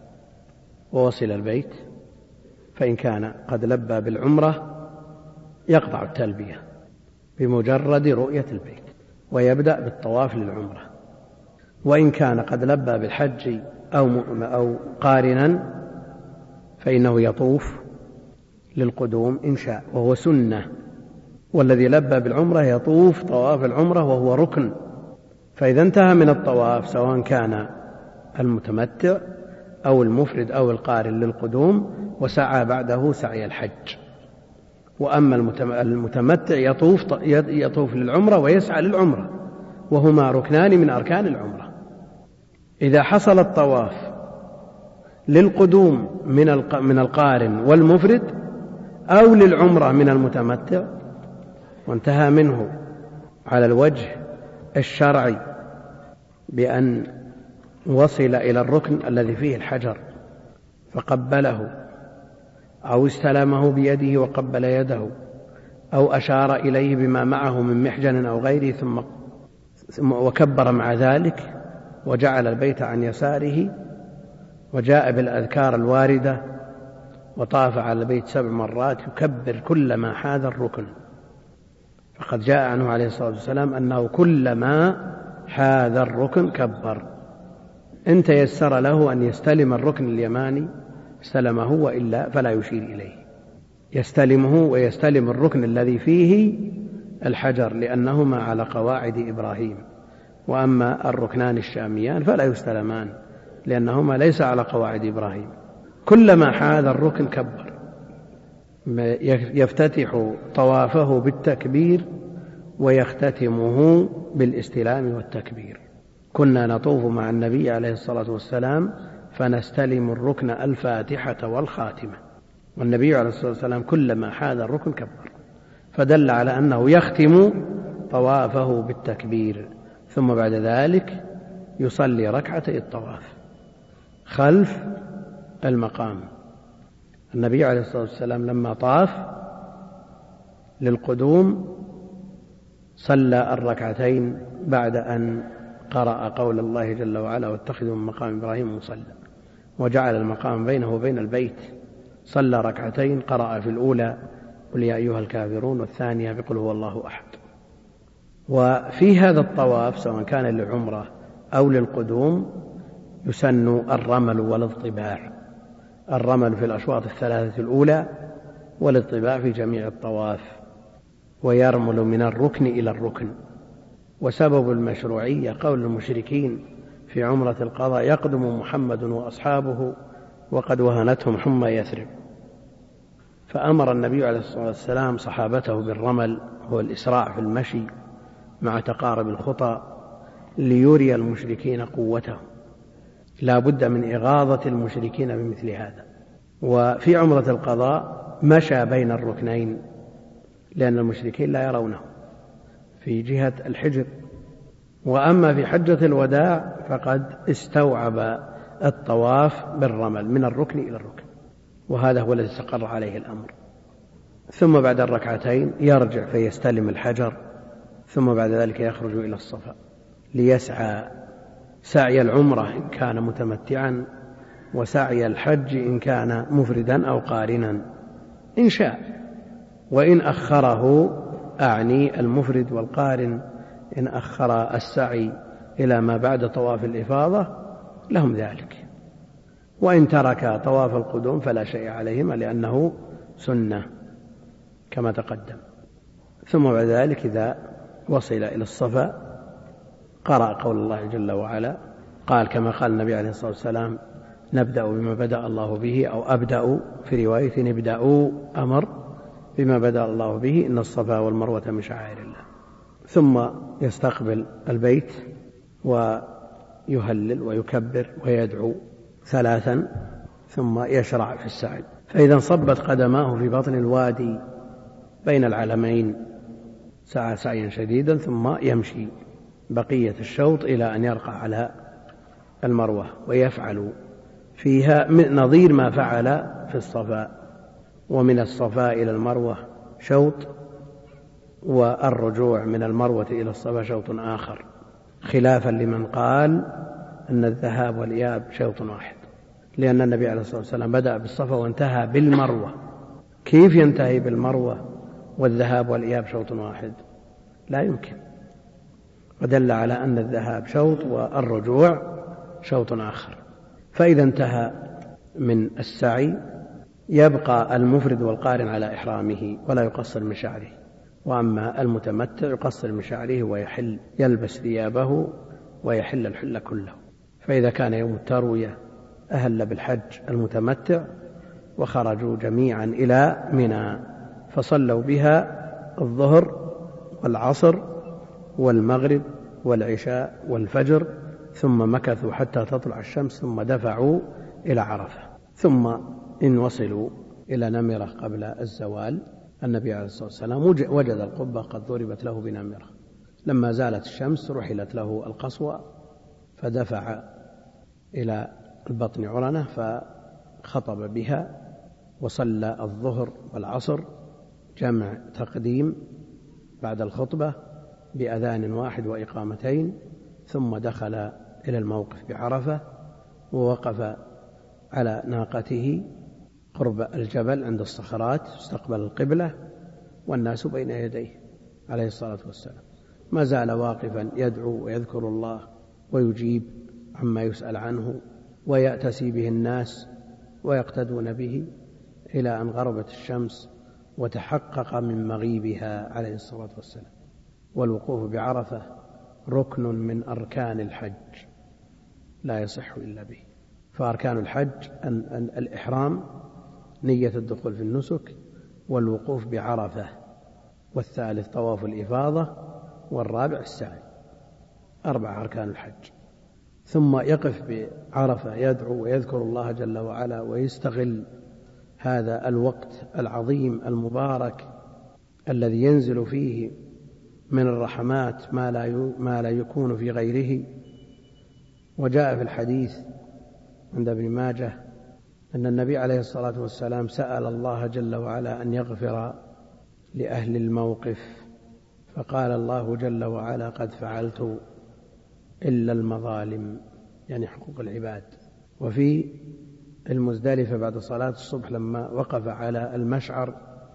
ووصل البيت، فإن كان قد لبى بالعمرة يقطع التلبية بمجرد رؤية البيت ويبدأ بالطواف للعمرة، وإن كان قد لبى بالحج أو قارنا فإنه يطوف للقدوم إن شاء، وهو سنة، والذي لبى بالعمرة يطوف طواف العمرة وهو ركن، فإذا انتهى من الطواف سواء كان المتمتع أو المفرد أو القارن للقدوم وسعى بعده سعي الحج. وأما المتمتع يطوف للعمرة ويسعى للعمرة، وهما ركنان من أركان العمرة. إذا حصل الطواف للقدوم من القارن والمفرد أو للعمرة من المتمتع وانتهى منه على الوجه الشرعي بأن وصل إلى الركن الذي فيه الحجر فقبله أو استلمه بيده وقبل يده أو أشار إليه بما معه من محجن أو غيره ثم وكبر مع ذلك وجعل البيت عن يساره وجاء بالأذكار الواردة وطاف على البيت 7 مرات يكبر كلما حاذ الركن، فقد جاء عنه عليه الصلاة والسلام أنه كلما حاذ الركن كبر، إن تيسر له أن يستلم الركن اليماني استلمه، وإلا فلا يشير إليه، يستلمه ويستلم الركن الذي فيه الحجر لأنهما على قواعد إبراهيم، وأما الركنان الشاميان فلا يستلمان لأنهما ليس على قواعد إبراهيم. كلما حاذ الركن كبر، يفتتح طوافه بالتكبير ويختتمه بالاستلام والتكبير. كنا نطوف مع النبي عليه الصلاة والسلام فنستلم الركن الفاتحة والخاتمة، والنبي عليه الصلاة والسلام كلما حاذ الركن كبر، فدل على أنه يختم طوافه بالتكبير، ثم بعد ذلك يصلي ركعتي الطواف خلف المقام. النبي عليه الصلاة والسلام لما طاف للقدوم صلى الركعتين بعد أن قرأ قول الله جل وعلا واتخذوا من مقام إبراهيم مصلى، وجعل المقام بينه وبين البيت، صلى ركعتين قرأ في الأولى قل يا أيها الكافرون والثانية بقل هو الله أحد. وفي هذا الطواف سواء كان للعمرة أو للقدوم يسن الرمل والاضطباع. الرمل في الأشواط الثلاثة الأولى والاطباع في جميع الطواف، ويرمل من الركن إلى الركن. وسبب المشروعية قول المشركين في عمرة القضاء: يقدم محمد وأصحابه وقد وهنتهم حمى يثرب. فأمر النبي عليه الصلاة والسلام صحابته بالرمل، هو الإسراع في المشي مع تقارب الخطى، ليري المشركين قوته. لا بد من إغاظة المشركين بمثل هذا. وفي عمرة القضاء مشى بين الركنين لأن المشركين لا يرونه في جهة الحجر. وأما في حجة الوداع فقد استوعب الطواف بالرمل من الركن إلى الركن، وهذا هو الذي استقر عليه الأمر. ثم بعد الركعتين يرجع فيستلم الحجر، ثم بعد ذلك يخرج إلى الصفا ليسعى سعي العمرة إن كان متمتعا، وسعي الحج إن كان مفردا أو قارنا إن شاء. وإن أخره، أعني المفرد والقارن، إن أخر السعي إلى ما بعد طواف الإفاضة لهم ذلك. وإن ترك طواف القدوم فلا شيء عليهما لأنه سنة كما تقدم. ثم بعد ذلك إذا وصل إلى الصفا قرأ قول الله جل وعلا، قال كما قال النبي عليه الصلاة والسلام: نبدأ بما بدأ الله به، أو أبدأ في رواية ابدأوا، أمر بما بدأ الله به، إن الصفا والمروة من شعائر الله. ثم يستقبل البيت ويهلل ويكبر ويدعو 3 ثم يشرع في السعي. فإذا انصبت قدماه في بطن الوادي بين العلمين سعى سعيا شديدا، ثم يمشي بقية الشوط إلى أن يرقى على المروة، ويفعل فيها نظير ما فعل في الصفا. ومن الصفا إلى المروة شوط، والرجوع من المروة إلى الصفا شوط آخر، خلافا لمن قال أن الذهاب والإياب شوط واحد، لأن النبي عليه الصلاة والسلام بدأ بالصفا وانتهى بالمروة. كيف ينتهي بالمروة والذهاب والإياب شوط واحد؟ لا يمكن. ودل على أن الذهاب شوط والرجوع شوط آخر. فإذا انتهى من السعي يبقى المفرد والقارن على إحرامه ولا يقصر من شعره، وأما المتمتع يقصر من شعره ويحل، يلبس ثيابه ويحل الحل كله. فإذا كان يوم التروية أهل بالحج المتمتع، وخرجوا جميعا إلى منى فصلوا بها الظهر والعصر والمغرب والعشاء والفجر، ثم مكثوا حتى تطلع الشمس، ثم دفعوا إلى عرفة. ثم إن وصلوا إلى نمرة قبل الزوال، النبي عليه الصلاة والسلام وجد القبة قد ضربت له بنمرة، لما زالت الشمس رحلت له القصوى، فدفع إلى البطن عرنة فخطب بها، وصلى الظهر والعصر جمع تقديم بعد الخطبة بأذان واحد وإقامتين، ثم دخل إلى الموقف بعرفة، ووقف على ناقته قرب الجبل عند الصخرات، استقبل القبلة والناس بين يديه عليه الصلاة والسلام. ما زال واقفا يدعو ويذكر الله ويجيب عما يسأل عنه، ويأتسي به الناس ويقتدون به إلى أن غربت الشمس وتحقق من مغيبها عليه الصلاة والسلام. والوقوف بعرفة ركن من أركان الحج لا يصح إلا به. فأركان الحج الإحرام، نية الدخول في النسك، والوقوف بعرفة، والثالث طواف الإفاضة، والرابع السعي. 4 أركان الحج. ثم يقف بعرفة يدعو ويذكر الله جل وعلا، ويستغل هذا الوقت العظيم المبارك الذي ينزل فيه من الرحمات ما لا يكون في غيره. وجاء في الحديث عند ابن ماجه أن النبي عليه الصلاة والسلام سأل الله جل وعلا أن يغفر لأهل الموقف، فقال الله جل وعلا: قد فعلت إلا المظالم، يعني حقوق العباد. وفي المزدلفة بعد صلاة الصبح لما وقف على المشعر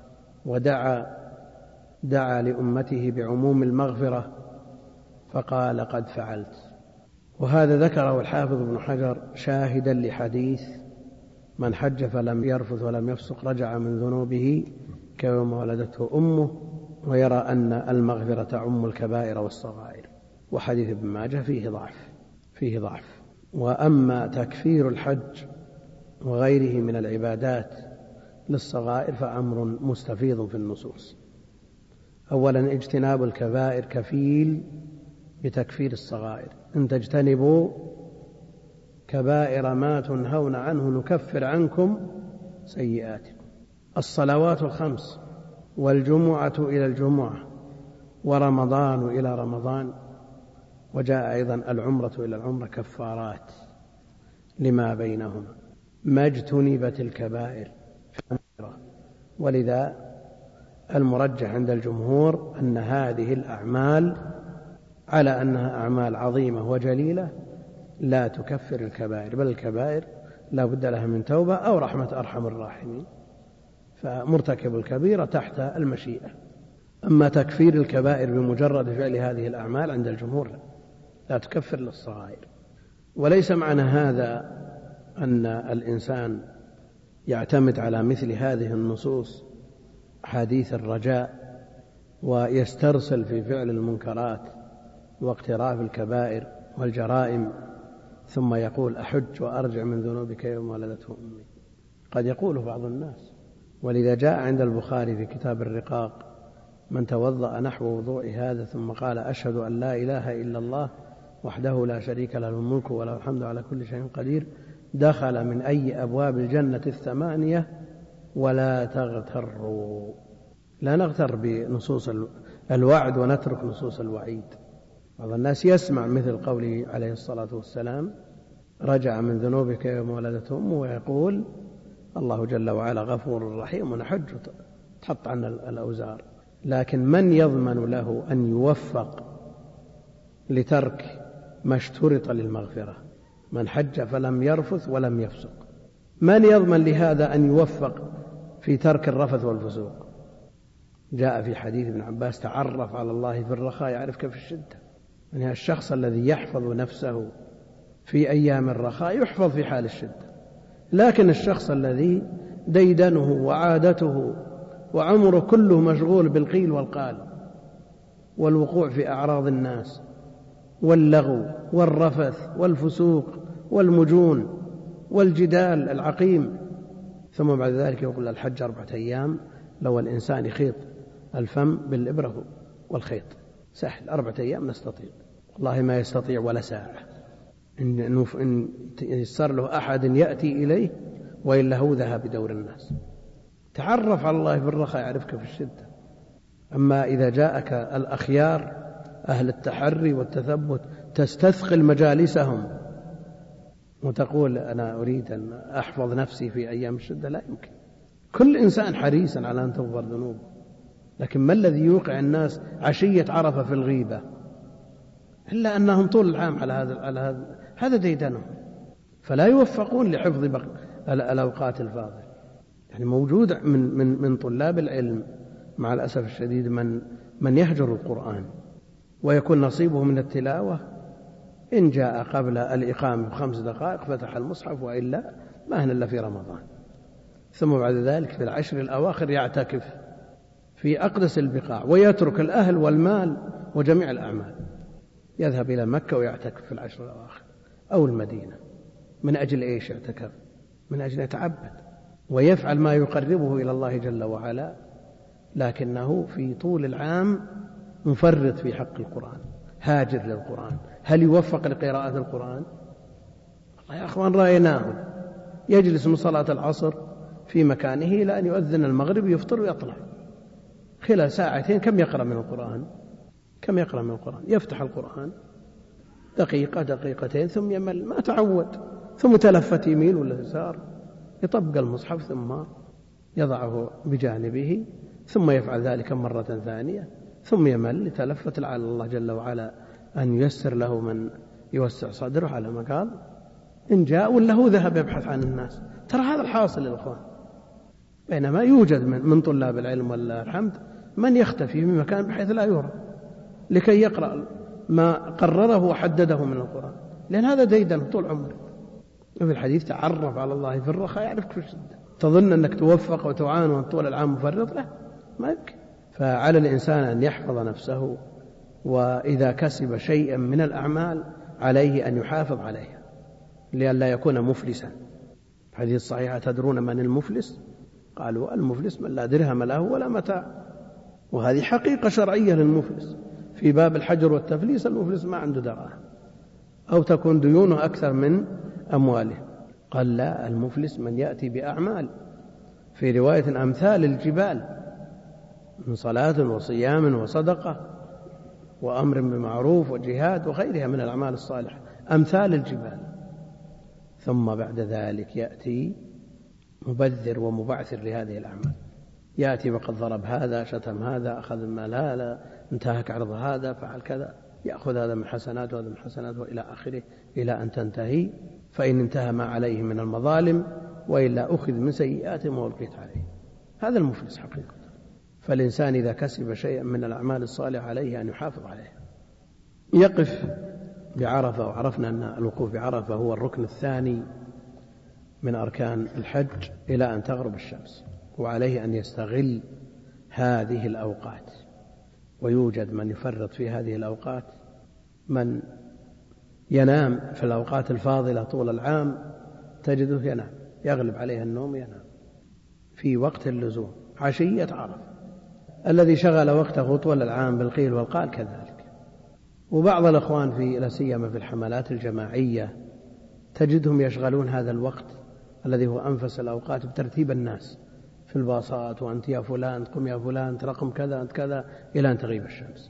دعا لأمته بعموم المغفرة، فقال: قد فعلت. وهذا ذكره الحافظ ابن حجر شاهدا لحديث من حج فلم يرفث ولم يفسق رجع من ذنوبه كيوم ولدته أمه، ويرى أن المغفرة تعم الكبائر والصغائر. وحديث ابن ماجه فيه ضعف. وأما تكفير الحج وغيره من العبادات للصغائر فأمر مستفيض في النصوص. أولا اجتناب الكبائر كفيل بتكفير الصغائر. إن تجتنبوا كبائر ما تنهون عنه نكفر عنكم سيئاتكم. الصلوات الخمس والجمعة إلى الجمعة ورمضان إلى رمضان، وجاء أيضا العمرة إلى العمرة كفارات لما بينهما ما اجتنبت الكبائر. ولذا المرجح عند الجمهور أن هذه الأعمال على أنها أعمال عظيمة وجليلة لا تكفر الكبائر، بل الكبائر لا بد لها من توبة أو رحمة أرحم الراحمين، فمرتكب الكبيرة تحت المشيئة. أما تكفير الكبائر بمجرد فعل هذه الأعمال عند الجمهور لا تكفر للصغائر. وليس معنى هذا أن الإنسان يعتمد على مثل هذه النصوص حديث الرجاء ويسترسل في فعل المنكرات واقتراف الكبائر والجرائم ثم يقول أحج وأرجع من ذنوبك يوم ولدته أمي. قد يقوله بعض الناس. ولذا جاء عند البخاري في كتاب الرقاق: من توضأ نحو وضوء هذا ثم قال أشهد أن لا إله إلا الله وحده لا شريك له الملك وله الحمد على كل شيء قدير دخل من أي أبواب الجنة 8 ولا تغتروا. لا نغتر بنصوص الوعد ونترك نصوص الوعيد. بعض الناس يسمع مثل قوله عليه الصلاة والسلام: رجع من ذنوبك يوم ولدته أمه، ويقول الله جل وعلا غفور رحيم ونحج تحط عن الأوزار. لكن من يضمن له أن يوفق لترك ما اشترط للمغفرة؟ من حج فلم يرفث ولم يفسق، من يضمن لهذا أن يوفق في ترك الرفث والفسوق؟ جاء في حديث ابن عباس: تعرف على الله في الرخاء يعرفك في الشدة. يعني الشخص الذي يحفظ نفسه في أيام الرخاء يحفظ في حال الشدة، لكن الشخص الذي ديدنه وعادته وعمره كله مشغول بالقيل والقال والوقوع في أعراض الناس واللغو والرفث والفسوق والمجون والجدال العقيم، ثم بعد ذلك يقول الحج 4 أيام، لو الإنسان يخيط الفم بالإبرة والخيط سهل، 4 أيام نستطيع. والله ما يستطيع ولا ساعة إن يسر له أحد يأتي إليه، وإلا هو ذهب بدور الناس. تعرف على الله في الرخاء يعرفك في الشدة. أما إذا جاءك الأخيار أهل التحري والتثبت تستثقل مجالسهم وتقول أنا أريد أن أحفظ نفسي في أيام الشدة، لا يمكن. كل إنسان حريصا على أن تغفر ذنوبه، لكن ما الذي يوقع الناس عشية عرفة في الغيبة؟ إلا أنهم طول العام على هذا ديدنهم، فلا يوفقون لحفظ الأوقات الفاضلة. يعني موجود من طلاب العلم مع الأسف الشديد من يهجر القرآن ويكون نصيبه من التلاوة إن جاء قبل الإقامة ب5 دقائق فتح المصحف، وإلا ما هن إلا في رمضان. ثم بعد ذلك في العشر الأواخر يعتكف في أقدس البقاع ويترك الأهل والمال وجميع الأعمال، يذهب إلى مكة ويعتكف في العشر الأواخر أو المدينة. من أجل إيش يعتكف؟ من أجل يتعبد ويفعل ما يقربه إلى الله جل وعلا، لكنه في طول العام مفرط في حق القرآن، هاجر للقرآن. هل يوفق لقراءة القرآن؟ والله يا أخوان رأيناه يجلس من صلاة العصر في مكانه إلى أن يؤذن المغرب يفطر ويطلع، خلال 2 ساعتين كم يقرأ من القرآن؟ كم يقرأ من القرآن؟ يفتح القرآن دقيقة 2 دقيقتين ثم يمل، ما تعود، ثم تلفت يمين ولا يسار، يطبق المصحف ثم يضعه بجانبه، ثم يفعل ذلك مرة ثانية، ثم يمل، يتلفت لعل الله جل وعلا أن ييسر له من يوسع صدره على ما قال. إن جاء ولا هو ذهب يبحث عن الناس. ترى هذا الحاصل للإخوان. بينما يوجد من طلاب العلم والله الحمد من يختفي في مكان بحيث لا يرى لكي يقرأ ما قرره وحدده من القرآن، لأن هذا ديدن طول عمره. وفي الحديث تعرف على الله في الرخاء يعرفك في الشدة. تظن أنك توفق وتعان وأن طول العام مفرط؟ لا، ما يمكن. فعلى الإنسان أن يحفظ نفسه، وإذا كسب شيئا من الأعمال عليه أن يحافظ عليها لئلا يكون مفلسا. حديث صحيح: تدرون من المفلس؟ قالوا: المفلس من لا درهم له ولا متاع. وهذه حقيقة شرعية للمفلس. في باب الحجر والتفليس المفلس ما عنده دراهم أو تكون ديونه أكثر من أمواله. قال: لا، المفلس من يأتي بأعمال، في رواية أمثال الجبال، من صلاة وصيام وصدقة وأمر بمعروف وجهاد وغيرها من الأعمال الصالحة، أمثال الجبال. ثم بعد ذلك يأتي مبذر ومبعثر لهذه الأعمال، يأتي وقد ضرب هذا، شتم هذا، أخذ المال هذا، انتهك عرض هذا، فعل كذا، يأخذ هذا من حسنات وهذا من حسنات وإلى آخره، إلى أن تنتهي. فإن انتهى ما عليه من المظالم وإلا أخذ من سيئاتهم وألقيت عليه. هذا المفلس حقيقة. فالإنسان إذا كسب شيئا من الأعمال الصالحة عليه أن يحافظ عليه. يقف بعرفة، وعرفنا أن الوقوف بعرفة هو الركن الثاني من أركان الحج إلى أن تغرب الشمس، وعليه أن يستغل هذه الأوقات. ويوجد من يفرط في هذه الأوقات، من ينام في الأوقات الفاضلة طول العام، تجده ينام، يغلب عليه النوم، ينام في وقت اللزوم، عشية عرفة. الذي شغل وقته طول العام بالقيل والقال كذلك. وبعض الأخوان لا سيما في الحملات الجماعية تجدهم يشغلون هذا الوقت الذي هو أنفس الأوقات بترتيب الناس في الباصات، وأنت يا فلان قم يا فلان، أنت رقم كذا، أنت كذا، إلى أن تغيب الشمس.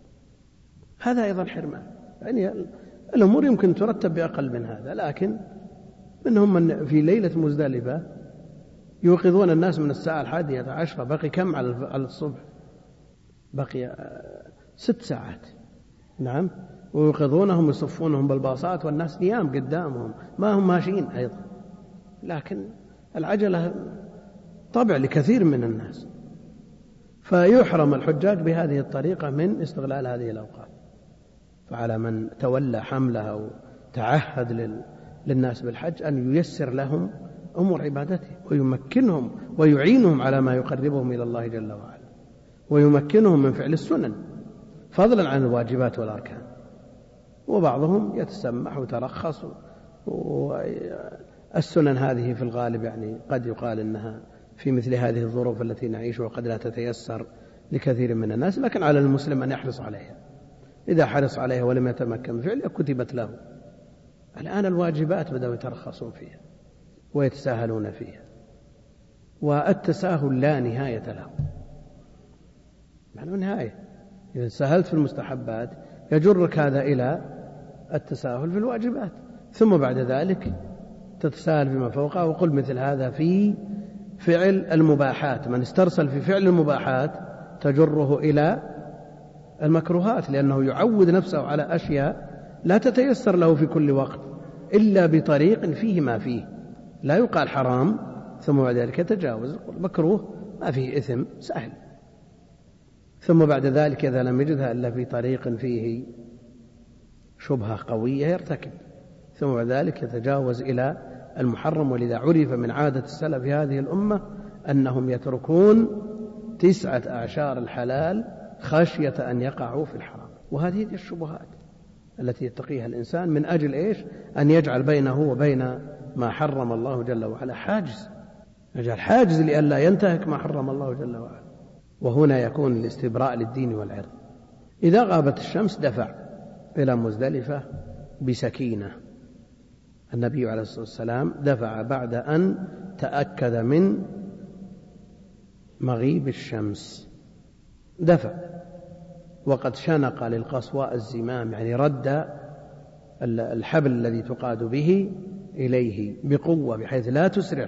هذا أيضا حرمان. يعني الأمور يمكن ترتب بأقل من هذا، لكن منهم من في ليلة مزدلفة يوقظون الناس من الساعة 11، بقي كم على الصبح؟ بقي 6 ساعات. نعم، ويوقظونهم يصفونهم بالباصات والناس نيام قدامهم، ما هم ماشيين أيضا. لكن العجلة طبع لكثير من الناس، فيحرم الحجاج بهذه الطريقة من استغلال هذه الأوقات. فعلى من تولى حملها أو تعهد للناس بالحج أن ييسر لهم أمور عبادته، ويمكنهم ويعينهم على ما يقربهم إلى الله جل وعلا، ويمكنهم من فعل السنن فضلا عن الواجبات والأركان. وبعضهم يتسمح وترخص، والسنن هذه في الغالب يعني قد يقال إنها في مثل هذه الظروف التي نعيشها وقد لا تتيسر لكثير من الناس، لكن على المسلم أن يحرص عليها. إذا حرص عليها ولم يتمكن من فعلها كتبت له. الآن الواجبات بدأوا يترخصون فيها ويتساهلون فيها، والتساهل لا نهاية له، ما له نهاية. إذا ساهلت في المستحبات يجرك هذا إلى التساهل في الواجبات، ثم بعد ذلك تتساهل فيما فوقه. وقل مثل هذا في فعل المباحات، من استرسل في فعل المباحات تجره إلى المكروهات، لأنه يعود نفسه على أشياء لا تتيسر له في كل وقت إلا بطريق فيه ما فيه. لا يقال حرام ثم بعد ذلك يتجاوز، مكروه ما فيه إثم سهل، ثم بعد ذلك إذا لم يجدها إلا في طريق فيه شبهة قوية يرتكب، ثم بعد ذلك يتجاوز إلى المحرم. ولذا عرف من عادة السلف في هذه الأمة أنهم يتركون 9 أعشار الحلال خشية أن يقعوا في الحرام. وهذه الشبهات التي يتقيها الإنسان من أجل إيش؟ أن يجعل بينه وبين ما حرم الله جل وعلا حاجز، يجعل حاجز لئلا ينتهك ما حرم الله جل وعلا. وهنا يكون الاستبراء للدين والعرض. إذا غابت الشمس دفع إلى مزدلفة بسكينة. النبي عليه الصلاة والسلام دفع بعد أن تأكد من مغيب الشمس، دفع وقد شنق للقصواء الزمام، يعني رد الحبل الذي تقاد به إليه بقوة بحيث لا تسرع،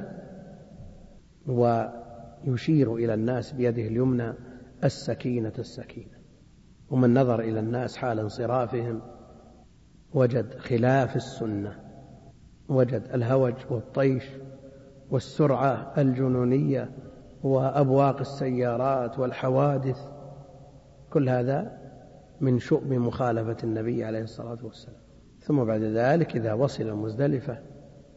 ويشير إلى الناس بيده اليمنى السكينة السكينة. ومن نظر إلى الناس حال انصرافهم وجد خلاف السنة، وجد الهوج والطيش والسرعة الجنونية وأبواق السيارات والحوادث، كل هذا من شؤم مخالفة النبي عليه الصلاة والسلام. ثم بعد ذلك إذا وصل مزدلفة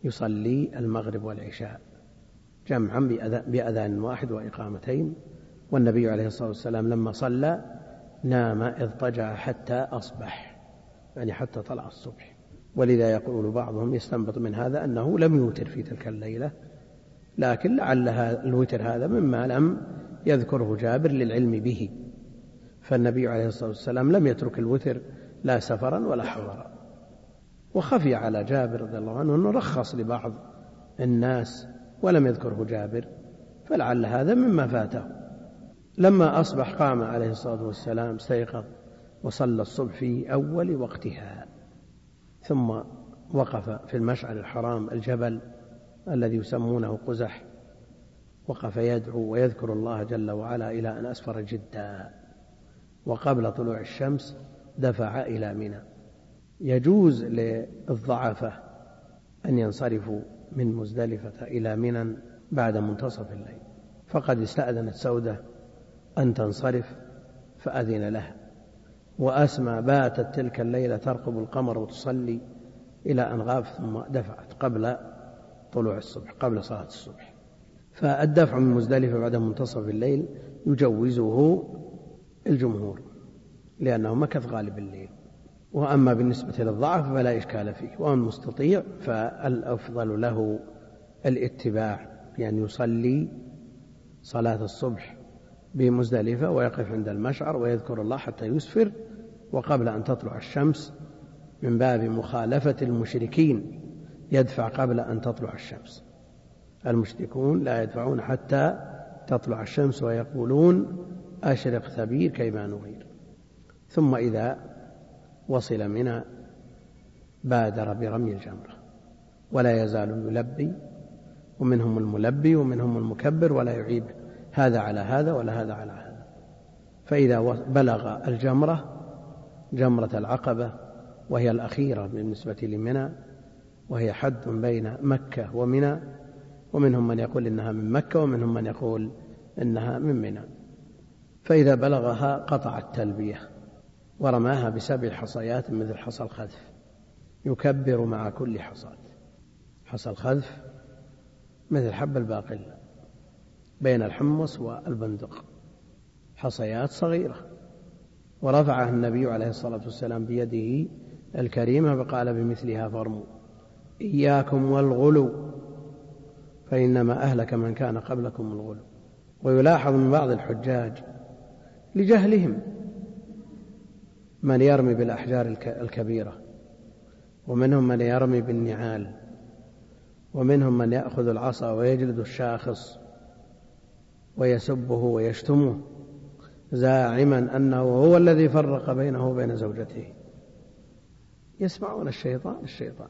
يصلي المغرب والعشاء جمعا بأذان واحد وإقامتين. والنبي عليه الصلاة والسلام لما صلى نام اضطجع حتى أصبح، يعني حتى طلع الصبح. ولذا يقول بعضهم يستنبط من هذا أنه لم يوتر في تلك الليلة، لكن لعل الوتر هذا مما لم يذكره جابر للعلم به، فالنبي عليه الصلاة والسلام لم يترك الوتر لا سفرا ولا حضرا. وخفي على جابر رضي الله عنه أنه رخص لبعض الناس ولم يذكره جابر، فلعل هذا مما فاته. لما أصبح قام عليه الصلاة والسلام استيقظ وصلى الصبح في أول وقتها، ثم وقف في المشعر الحرام الجبل الذي يسمونه قزح، وقف يدعو ويذكر الله جل وعلا إلى أن أسفر جدا، وقبل طلوع الشمس دفع إلى منى. يجوز للضعفة أن ينصرفوا من مزدلفة إلى منى بعد منتصف الليل، فقد استأذنت سودة أن تنصرف فأذن لها، وأسمى باتت تلك الليلة ترقب القمر وتصلي إلى أن غاب، ثم دفعت قبل طلوع الصبح، قبل صلاة الصبح. فالدفع من مزدلفة بعد منتصف الليل يجوزه الجمهور لأنه مكث غالب الليل. وأما بالنسبة للضعف فلا إشكال فيه، وأما المستطيع فالأفضل له الاتباع بأن يصلي صلاة الصبح بمزدلفة ويقف عند المشعر ويذكر الله حتى يسفر، وقبل أن تطلع الشمس من باب مخالفة المشركين يدفع قبل أن تطلع الشمس. المشركون لا يدفعون حتى تطلع الشمس ويقولون أشرق ثبير كيما نغير. ثم إذا وصل منى بادر برمي الجمرة، ولا يزال يلبي، ومنهم الملبي ومنهم المكبر، ولا يعيب هذا على هذا ولا هذا على هذا. فإذا بلغ الجمرة جمرة العقبة وهي الأخيرة بالنسبة لمنى، وهي حد بين مكة ومنى، ومنهم من يقول إنها من مكة ومنهم من يقول إنها من منى، فإذا بلغها قطع التلبية ورماها ب7 حصيات مثل حصى الخذف، يكبر مع كل حصاة. حصى الخذف مثل حب الباقلة بين الحمص والبندق، حصيات صغيرة، ورفعها النبي عليه الصلاة والسلام بيده الكريمة فقال بمثلها فارموا، إياكم والغلو فإنما أهلك من كان قبلكم الغلو. ويلاحظ من بعض الحجاج لجهلهم من يرمي بالأحجار الكبيرة، ومنهم من يرمي بالنعال، ومنهم من يأخذ العصا ويجلد الشاخص ويسبه ويشتمه زاعما أنه هو الذي فرق بينه وبين زوجته. يسمعون الشيطان.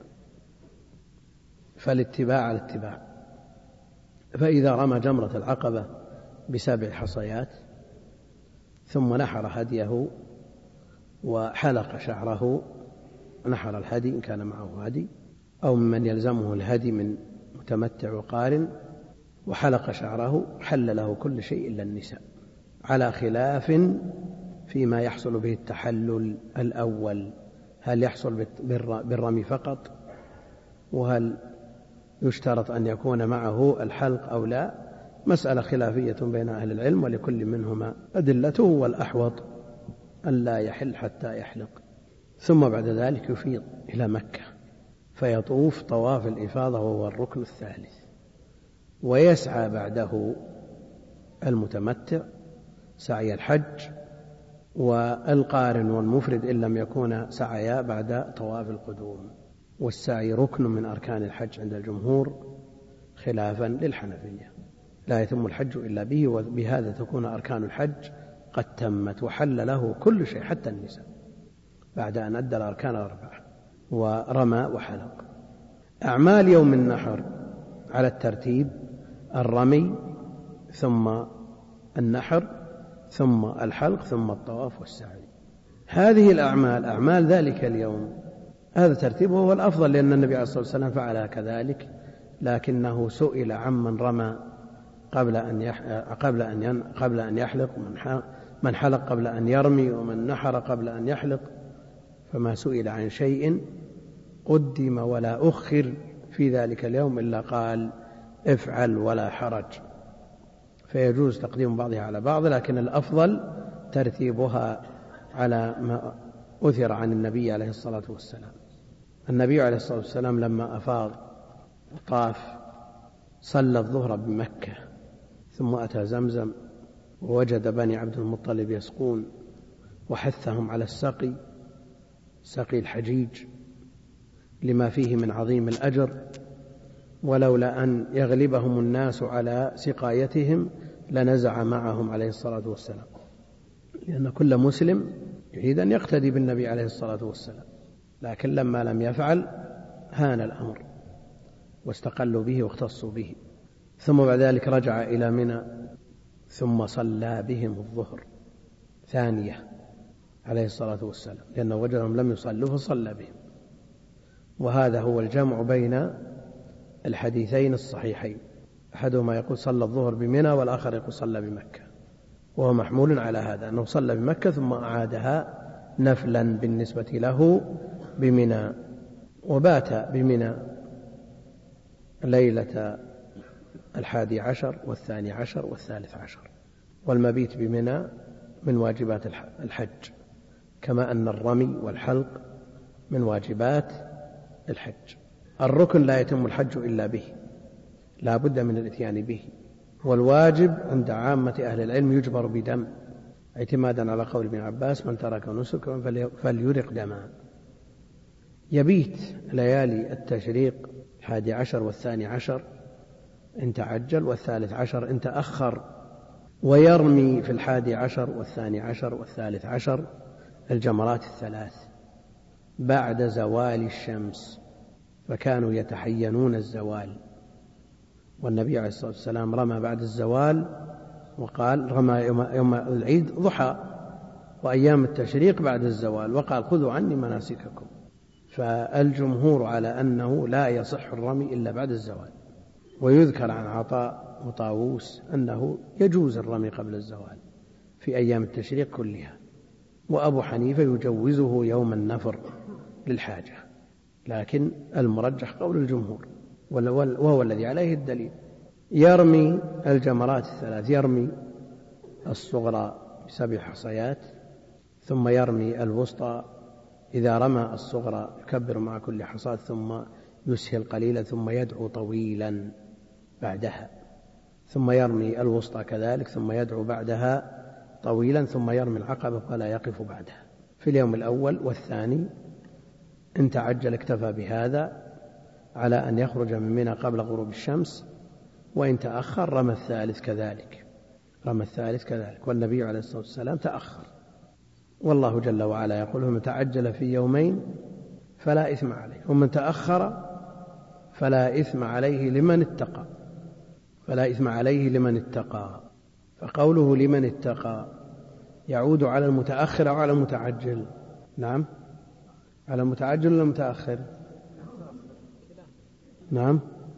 فالاتباع على الاتباع. فإذا رمى جمرة العقبة ب7 حصيات ثم نحر هديه وحلق شعره، نحر الهدي إن كان معه هدي أو ممن يلزمه الهدي من متمتع وقارن، وحلق شعره، حل له كل شيء إلا النساء، على خلاف فيما يحصل به التحلل الأول، هل يحصل بالرمي فقط، وهل يشترط أن يكون معه الحلق أو لا، مسألة خلافية بين أهل العلم، ولكل منهما أدلته، والأحوط أن لا يحل حتى يحلق. ثم بعد ذلك يفيض إلى مكة فيطوف طواف الإفاضة وهو الركن الثالث، ويسعى بعده المتمتع سعي الحج، والقارن والمفرد إن لم يكون سعيا بعد طواف القدوم. والسعي ركن من أركان الحج عند الجمهور خلافا للحنفية، لا يتم الحج إلا به، وبهذا تكون أركان الحج قد تمت وحل له كل شيء حتى النساء بعد أن أدى الأركان 4 ورمى وحلق. أعمال يوم النحر على الترتيب: الرمي ثم النحر ثم الحلق ثم الطواف والسعي. هذه الأعمال أعمال ذلك اليوم، هذا ترتيبه هو الأفضل، لأن النبي عليه الصلاة والسلام فعل كذلك، لكنه سئل عمن رمى قبل أن يحلق، من حلق قبل أن يرمي، ومن نحر قبل أن يحلق، فما سئل عن شيء قدم ولا أخر في ذلك اليوم إلا قال افعل ولا حرج، فيجوز تقديم بعضها على بعض، لكن الأفضل ترتيبها على ما أثر عن النبي عليه الصلاة والسلام. النبي عليه الصلاة والسلام لما أفاض وطاف صلى الظهر بمكة، ثم أتى زمزم ووجد بني عبد المطلب يسقون، وحثهم على السقي، سقي الحجيج، لما فيه من عظيم الأجر، ولولا أن يغلبهم الناس على سقايتهم لنزع معهم عليه الصلاة والسلام، لأن كل مسلم يريد أن يقتدي بالنبي عليه الصلاة والسلام، لكن لما لم يفعل هان الأمر واستقلوا به واختصوا به. ثم بعد ذلك رجع إلى منى ثم صلى بهم الظهر ثانية عليه الصلاة والسلام، لأنه وجدهم لم يصلوا فصلى بهم. وهذا هو الجمع بين الحديثين الصحيحين، أحدهما يقول صلى الظهر بمنى والآخر يقول صلى بمكة، وهو محمول على هذا أنه صلى بمكة ثم أعادها نفلا بالنسبة له بمنى، وبات بمنى ليلة 11 و12 و13، والمبيت بمنى من واجبات الحج، كما أن الرمي والحلق من واجبات الحج. الركن لا يتم الحج إلا به، لا بد من الاتيان به، والواجب عند عامة أهل العلم يجبر بدم، اعتمادا على قول ابن عباس من ترك نسكا فليرق دما. يبيت ليالي التشريق 11 و12 إن تعجل، و13 إن تأخر، ويرمي في 11 و12 و13 الجمرات الثلاث بعد زوال الشمس، فكانوا يتحينون الزوال، والنبي عليه الصلاة والسلام رمى بعد الزوال، وقال رمى يوم العيد ضحى، وأيام التشريق بعد الزوال، وقال خذوا عني مناسككم. فالجمهور على أنه لا يصح الرمي إلا بعد الزوال. ويذكر عن عطاء وطاووس أنه يجوز الرمي قبل الزوال في أيام التشريق كلها، وأبو حنيفة يجوزه يوم النفر للحاجة، لكن المرجح قول الجمهور وهو الذي عليه الدليل. يرمي الجمرات الثلاث، يرمي الصغرى ب7 حصيات، ثم يرمي الوسطى، إذا رمى الصغرى يكبر مع كل حصاة ثم يسهل قليلا ثم يدعو طويلا بعدها، ثم يرمي الوسطى كذلك ثم يدعو بعدها طويلا، ثم يرمي العقبة ولا يقف بعدها في اليوم الأول والثاني. إن تعجل اكتفى بهذا على أن يخرج من منى قبل غروب الشمس، وإن تأخر رمى الثالث كذلك، والنبي عليه الصلاة والسلام تأخر. والله جل وعلا يقول من تعجل في يومين فلا إثم عليه، ومن تأخر فلا إثم عليه لمن اتقى. فقوله لمن اتقى يعود على المتأخر أو على المتعجل؟ نعم، على المتعجل ولا المتأخر؟ نعم،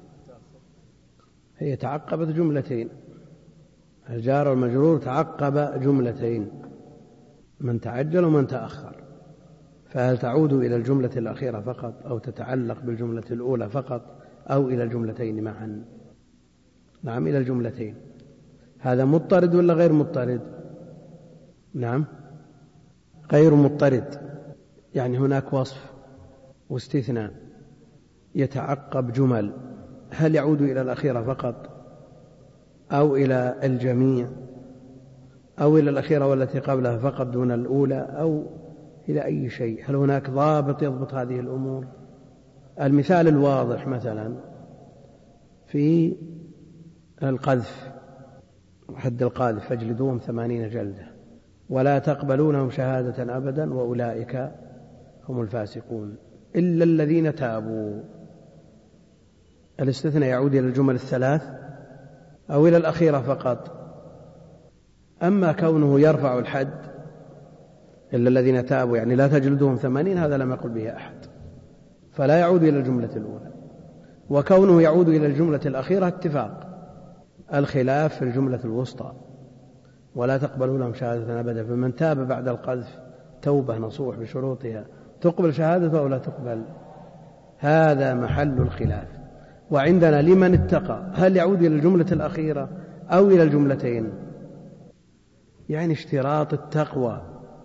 هي تعقبت جملتين، الجار والمجرور تعقب جملتين، من تعجل ومن تأخر، فهل تعود إلى الجملة الأخيرة فقط أو تتعلق بالجملة الأولى فقط أو إلى الجملتين معا؟ نعم، إلى الجملتين. هذا مضطرد ولا غير مضطرد؟ نعم، غير مضطرد، يعني هناك وصف واستثناء يتعقب جمل، هل يعود إلى الأخيرة فقط أو إلى الجميع أو إلى الأخيرة والتي قبلها فقط دون الأولى أو إلى أي شيء؟ هل هناك ضابط يضبط هذه الأمور؟ المثال الواضح مثلا في القذف، حد القاذف فاجلدوهم 80 جلدة ولا تقبلونهم شهادة أبدا وأولئك هم الفاسقون إلا الذين تابوا. الاستثناء يعود إلى الجمل الثلاث أو إلى الأخيرة فقط. أما كونه يرفع الحد إلا الذين تابوا يعني لا تجلدوهم 80، هذا لم يقل به أحد، فلا يعود إلى الجملة الأولى. وكونه يعود إلى الجملة الأخيرة اتفاق، الخلاف في الجملة الوسطى ولا تقبلوا لهم شهادة أبدا، فمن تاب بعد القذف توبة نصوح بشروطها تقبل شهادته أو لا تقبل؟ هذا محل الخلاف. وعندنا لمن اتقى، هل يعود إلى الجملة الأخيرة أو إلى الجملتين؟ يعني اشتراط التقوى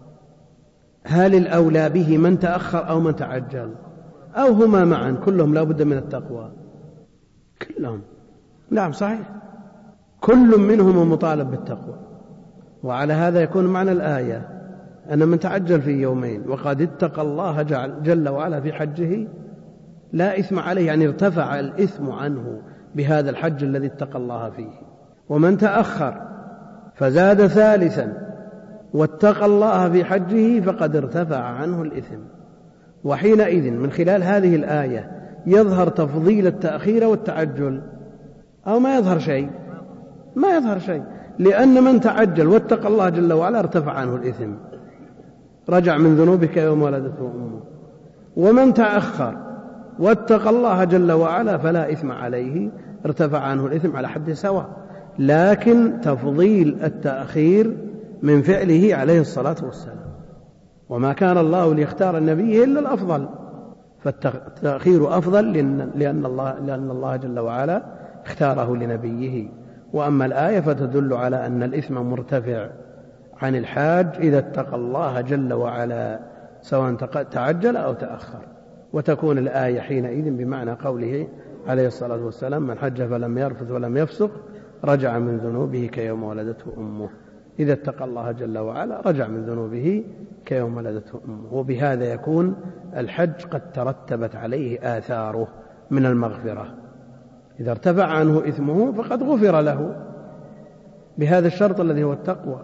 هل الأولى به من تأخر أو من تعجل، أو هما معا كلهم لا بد من التقوى؟ كلهم، نعم صحيح، كل منهم مطالب بالتقوى. وعلى هذا يكون معنى الآية أن من تعجل في يومين وقد اتقى الله جل وعلا في حجه لا إثم عليه، يعني ارتفع الإثم عنه بهذا الحج الذي اتقى الله فيه. ومن تأخر فزاد ثالثا واتقى الله في حجه فقد ارتفع عنه الإثم. وحينئذ من خلال هذه الآية يظهر تفضيل التأخير والتعجل، أو ما يظهر شيء؟ ما يظهر شيء، لأن من تعجل واتقى الله جل وعلا ارتفع عنه الإثم، رجع من ذنوبك يوم ولدته أمه. ومن تأخر واتقى الله جل وعلا فلا إثم عليه، ارتفع عنه الإثم على حد سواء، لكن تفضيل التأخير من فعله عليه الصلاة والسلام. وما كان الله ليختار النبي إلا الأفضل، فالتأخير أفضل لأن الله جل وعلا اختاره لنبيه. وأما الآية فتدل على أن الإثم مرتفع عن الحاج إذا اتقى الله جل وعلا سواء تعجل أو تأخر. وتكون الآية حينئذ بمعنى قوله عليه الصلاة والسلام: من حج فلم يرفث ولم يفسق رجع من ذنوبه كيوم ولدته أمه. إذا اتقى الله جل وعلا رجع من ذنوبه كيوم ولدته أمه. وبهذا يكون الحج قد ترتبت عليه آثاره من المغفرة. إذا ارتفع عنه إثمه فقد غفر له بهذا الشرط الذي هو التقوى.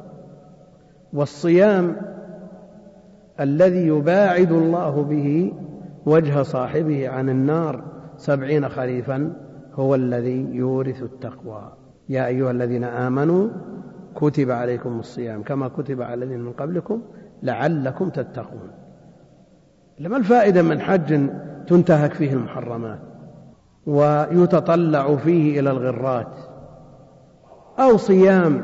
والصيام الذي يباعد الله به وجه صاحبه عن النار 70 خريفا هو الذي يورث التقوى. يا أيها الذين آمنوا كتب عليكم الصيام كما كتب على الذين من قبلكم لعلكم تتقون. لما الفائدة من حج تنتهك فيه المحرمات ويتطلع فيه إلى الغرات، أو صيام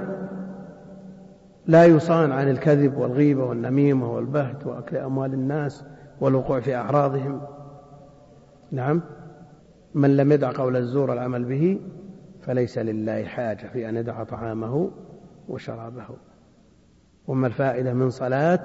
لا يصان عن الكذب والغيبة والنميمة والبهت وأكل أموال الناس والوقوع في أعراضهم؟ نعم، من لم يدع قول الزور والعمل به فليس لله حاجة في أن يدع طعامه وشرابه. وما الفائدة من صلاة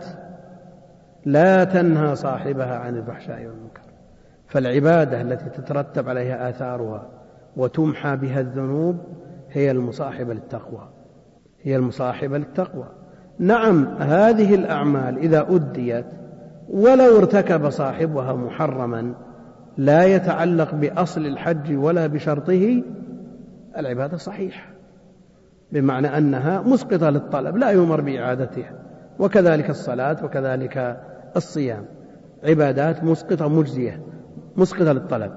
لا تنهى صاحبها عن الفحشاء والمنكر؟ فالعبادة التي تترتب عليها آثارها وتمحى بها الذنوب هي المصاحبة للتقوى، هي المصاحبة للتقوى. نعم، هذه الأعمال إذا أديت ولو ارتكب صاحبها محرما لا يتعلق بأصل الحج ولا بشرطه، العبادة صحيحة، بمعنى أنها مسقطة للطلب لا يؤمر بإعادتها. وكذلك الصلاة وكذلك الصيام، عبادات مسقطة مجزية مسقطة للطلب،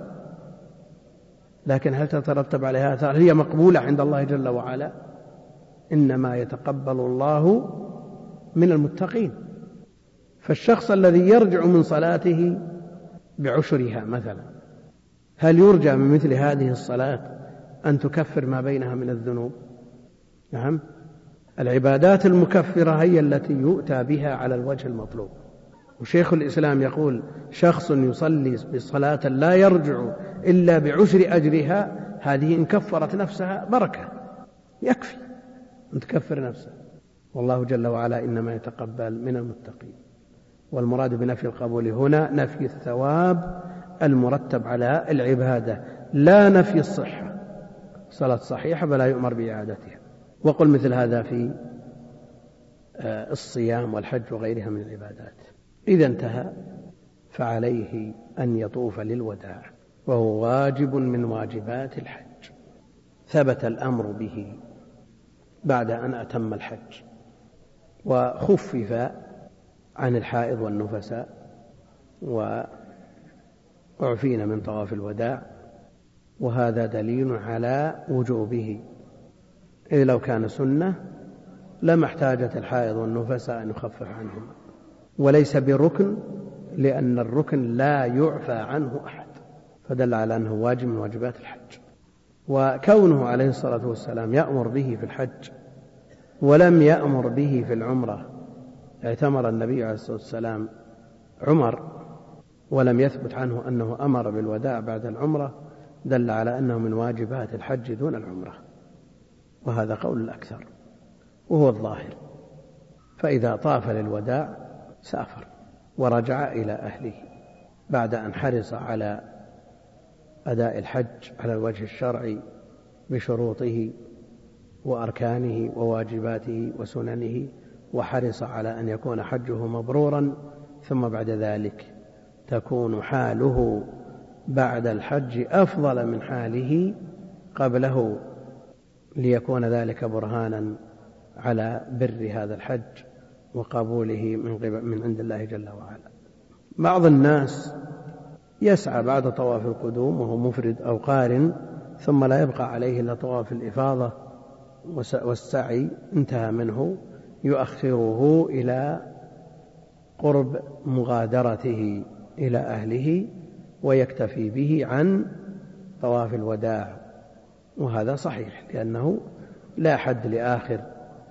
لكن هل تترتب عليها آثار؟ هي مقبولة عند الله جل وعلا؟ إنما يتقبل الله من المتقين. فالشخص الذي يرجع من صلاته بعشرها مثلا، هل يرجى من مثل هذه الصلاة أن تكفر ما بينها من الذنوب؟ نعم، العبادات المكفرة هي التي يؤتى بها على الوجه المطلوب. وشيخ الإسلام يقول: شخص يصلي بصلاة لا يرجع إلا بعشر أجرها، هذه إن كفرت نفسها بركة، يكفي أن تكفر نفسها. والله جل وعلا إنما يتقبل من المتقين. والمراد بنفي القبول هنا نفي الثواب المرتب على العبادة، لا نفي الصحة. صلاة صحيحة فلا يؤمر بإعادتها. وقل مثل هذا في الصيام والحج وغيرها من العبادات. إذا انتهى فعليه أن يطوف للوداع، وهو واجب من واجبات الحج، ثبت الأمر به بعد أن أتم الحج، وخفف عن الحائض والنفساء وأعفين من طواف الوداع، وهذا دليل على وجوبه، إذ لو كان سنة لما احتاجت الحائض والنفساء أن يخفف عنهما. وليس بركن، لأن الركن لا يعفى عنه أحد، فدل على أنه واجب من واجبات الحج. وكونه عليه الصلاة والسلام يأمر به في الحج ولم يأمر به في العمرة، اعتمر النبي عليه الصلاة والسلام عمر ولم يثبت عنه أنه أمر بالوداع بعد العمرة، دل على أنه من واجبات الحج دون العمرة، وهذا قول الأكثر وهو الظاهر. فإذا طاف للوداع سافر ورجع إلى أهله بعد أن حرص على أداء الحج على الوجه الشرعي بشروطه وأركانه وواجباته وسننه، وحرص على أن يكون حجه مبرورا، ثم بعد ذلك تكون حاله بعد الحج أفضل من حاله قبله، ليكون ذلك برهانا على بر هذا الحج وقبوله من عند الله جل وعلا. بعض الناس يسعى بعد طواف القدوم وهو مفرد أو قارن، ثم لا يبقى عليه إلا طواف الإفاضة والسعي انتهى منه، يؤخره إلى قرب مغادرته إلى أهله ويكتفي به عن طواف الوداع، وهذا صحيح لأنه لا حد لآخر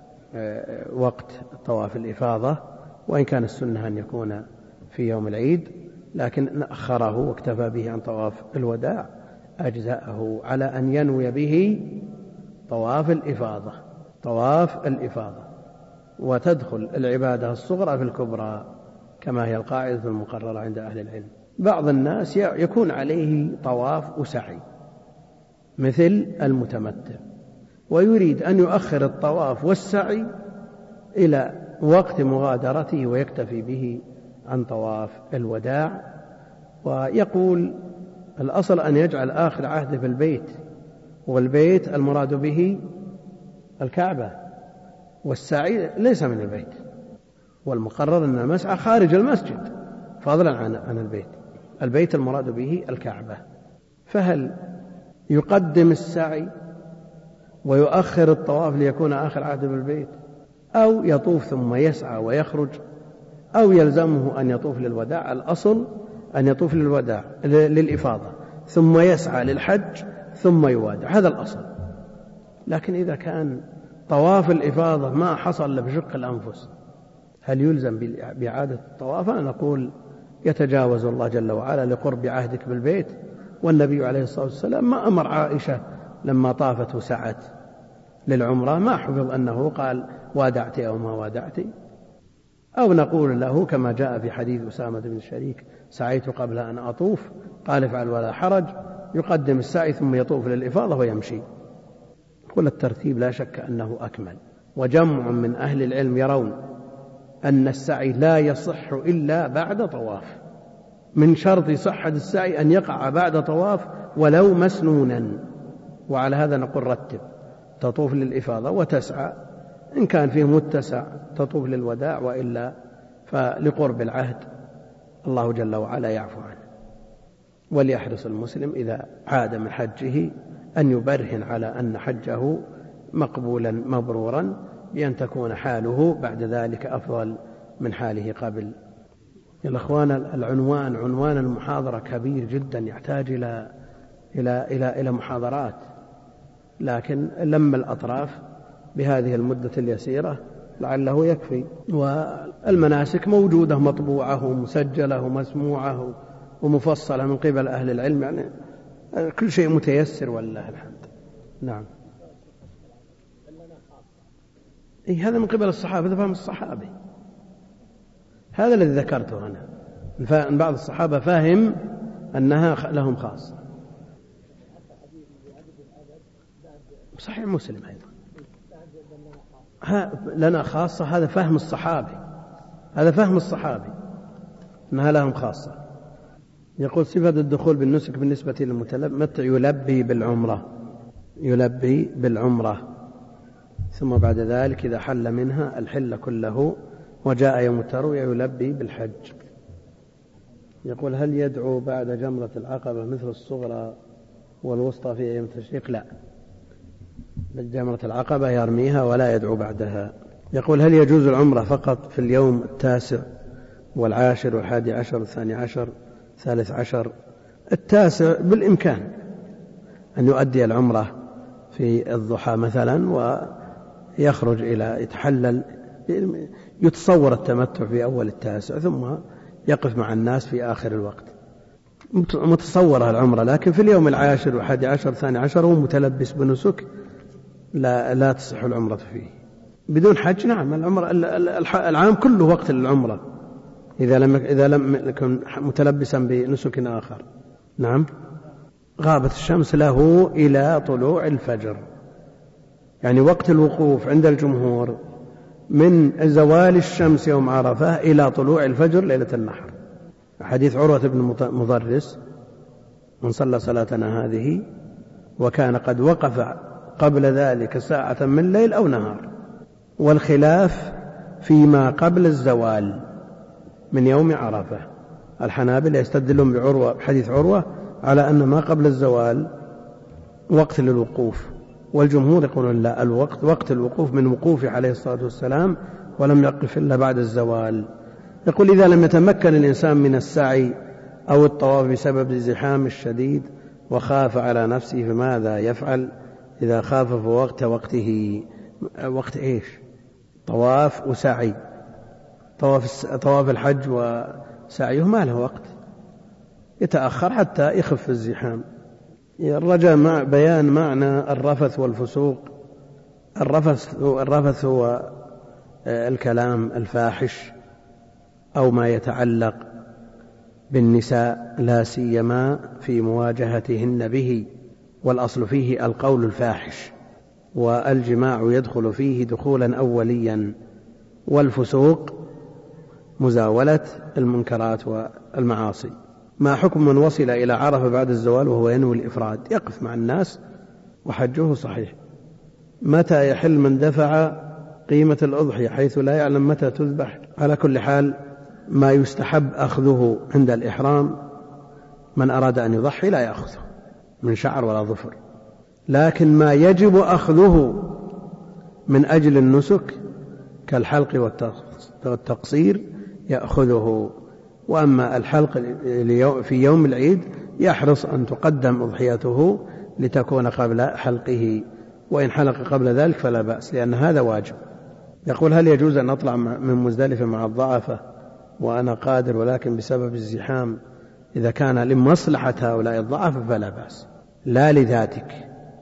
وقت طواف الإفاضة، وإن كان السنة أن يكون في يوم العيد، لكن أخره واكتفى به عن طواف الوداع أجزاءه على أن ينوي به طواف الإفاضة، وتدخل العبادة الصغرى في الكبرى كما هي القاعدة المقررة عند أهل العلم. بعض الناس يكون عليه طواف وسعي مثل المتمتع، ويريد أن يؤخر الطواف والسعي إلى وقت مغادرته ويكتفي به عن طواف الوداع، ويقول الأصل أن يجعل آخر عهده في البيت، والبيت المراد به الكعبة، والسعي ليس من البيت، والمقرر أن المسعى خارج المسجد فضلا عن البيت المراد به الكعبة. فهل يقدم السعي ويؤخر الطواف ليكون آخر عهده بالبيت، أو يطوف ثم يسعى ويخرج، أو يلزمه أن يطوف للوداع؟ الأصل أن يطوف للإفاضة ثم يسعى للحج ثم يودع، هذا الأصل. لكن إذا كان طواف الإفاضة ما حصل له بشق الأنفس، هل يلزم بإعادة الطواف؟ أنا نقول يتجاوز الله جل وعلا لقرب عهدك بالبيت، والنبي عليه الصلاة والسلام ما أمر عائشة لما طافت وسعت للعمرة ما حفظ أنه قال وادعت أو ما وادعت، أو نقول له كما جاء في حديث أسامة بن شريك سعيت قبل أن أطوف، قال افعل ولا حرج، يقدم السعي ثم يطوف للإفاضة ويمشي. كل الترتيب لا شك أنه أكمل، وجمع من أهل العلم يرون أن السعي لا يصح إلا بعد طواف، من شرط صحة السعي أن يقع بعد طواف ولو مسنونا، وعلى هذا نقول رتب، تطوف للإفاضة وتسعى، إن كان فيه متسع تطوف للوداع، وإلا فلقرب العهد الله جل وعلا يعفو عنه. وليحرص المسلم إذا عاد من حجه أن يبرهن على أن حجه مقبولا مبرورا، بأن تكون حاله بعد ذلك أفضل من حاله قبل. يا الأخوان، عنوان المحاضرة كبير جدا يحتاج إلى محاضرات، لكن لما الأطراف بهذه المدة اليسيرة لعله يكفي. والمناسك موجودة مطبوعة ومسجلة ومسموعة ومفصلة من قبل أهل العلم، يعني كل شيء متيسر والله الحمد. نعم، هذا من قبل الصحابة، هذا فهم الصحابي، هذا الذي ذكرته أنا. بعض الصحابة فاهم أنها لهم خاصة، صحيح مسلم أيضا لنا خاصة، هذا فهم الصحابي أنها لهم خاصة. يقول صفة الدخول بالنسك بالنسبة للمتمتع يلبي بالعمرة ثم بعد ذلك إذا حل منها الحل كله وجاء يوم التروية يلبي بالحج. يقول هل يدعو بعد جمرة العقبة مثل الصغرى والوسطى في أيام التشريق؟ لا، جمرة العقبة يرميها ولا يدعو بعدها. يقول هل يجوز العمرة فقط في اليوم 9 والعاشر والحادي عشر والثاني عشر والثالث عشر؟ 9 بالإمكان أن يؤدي العمرة في الضحى مثلا ويخرج إلى يتحلل، يتصور التمتع في أول 9 ثم يقف مع الناس في آخر الوقت. متصورة العمرة، لكن في اليوم 10 و11 12 هو متلبس بنسك لا تصح العمرة فيه. بدون حج نعم العام كله وقت للعمرة إذا لم يكن متلبسا بنسك آخر. نعم. غابت الشمس له إلى طلوع الفجر، يعني وقت الوقوف عند الجمهور من زوال الشمس يوم عرفة إلى طلوع الفجر ليلة النحر. حديث عروة بن مضرس: من صلى صلاتنا هذه وكان قد وقف قبل ذلك ساعة من ليل أو نهار. والخلاف فيما قبل الزوال من يوم عرفة. الحنابلة يستدلون بحديث عروة على أن ما قبل الزوال وقت للوقوف، والجمهور يقولون لا، وقت الوقوف من وقوفه عليه الصلاة والسلام ولم يقف إلا بعد الزوال. يقول: إذا لم يتمكن الإنسان من السعي أو الطواف بسبب الزحام الشديد وخاف على نفسه فماذا يفعل؟ إذا خاف وقته وقت إيش؟ طواف وسعي. طواف الحج وسعيه ما له وقت، يتأخر حتى يخف الزحام. الرجاء بيان معنى الرفث والفسوق. الرفث هو الكلام الفاحش أو ما يتعلق بالنساء لا سيما في مواجهتهن به، والأصل فيه القول الفاحش، والجماع يدخل فيه دخولا أوليا. والفسوق مزاولة المنكرات والمعاصي. ما حكم من وصل إلى عرفة بعد الزوال وهو ينوي الإفراد؟ يقف مع الناس وحجه صحيح. متى يحل من دفع قيمة الأضحية حيث لا يعلم متى تذبح؟ على كل حال ما يستحب أخذه عند الإحرام، من أراد أن يضحي لا يأخذه من شعر ولا ظفر، لكن ما يجب أخذه من أجل النسك كالحلق والتقصير يأخذه. وأما الحلق في يوم العيد يحرص أن تقدم أضحيته لتكون قبل حلقه، وإن حلق قبل ذلك فلا بأس لأن هذا واجب. يقول: هل يجوز أن أطلع من مزدلفة مع الضعفة وأنا قادر ولكن بسبب الزحام؟ إذا كان لمصلحة هؤلاء الضعفة فلا بأس، لا لذاتك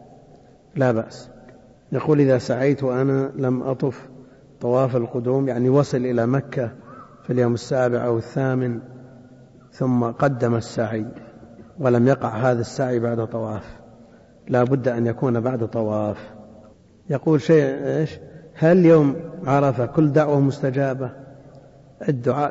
لا بأس. يقول: إذا سعيت وأنا لم أطف طواف القدوم، يعني وصل إلى مكة في اليوم 7 أو 8 ثم قدم السعي ولم يقع هذا السعي بعد طواف، لا بد أن يكون بعد طواف. يقول: إيش؟ هل يوم عرفة كل دعوة مستجابة؟ الدعاء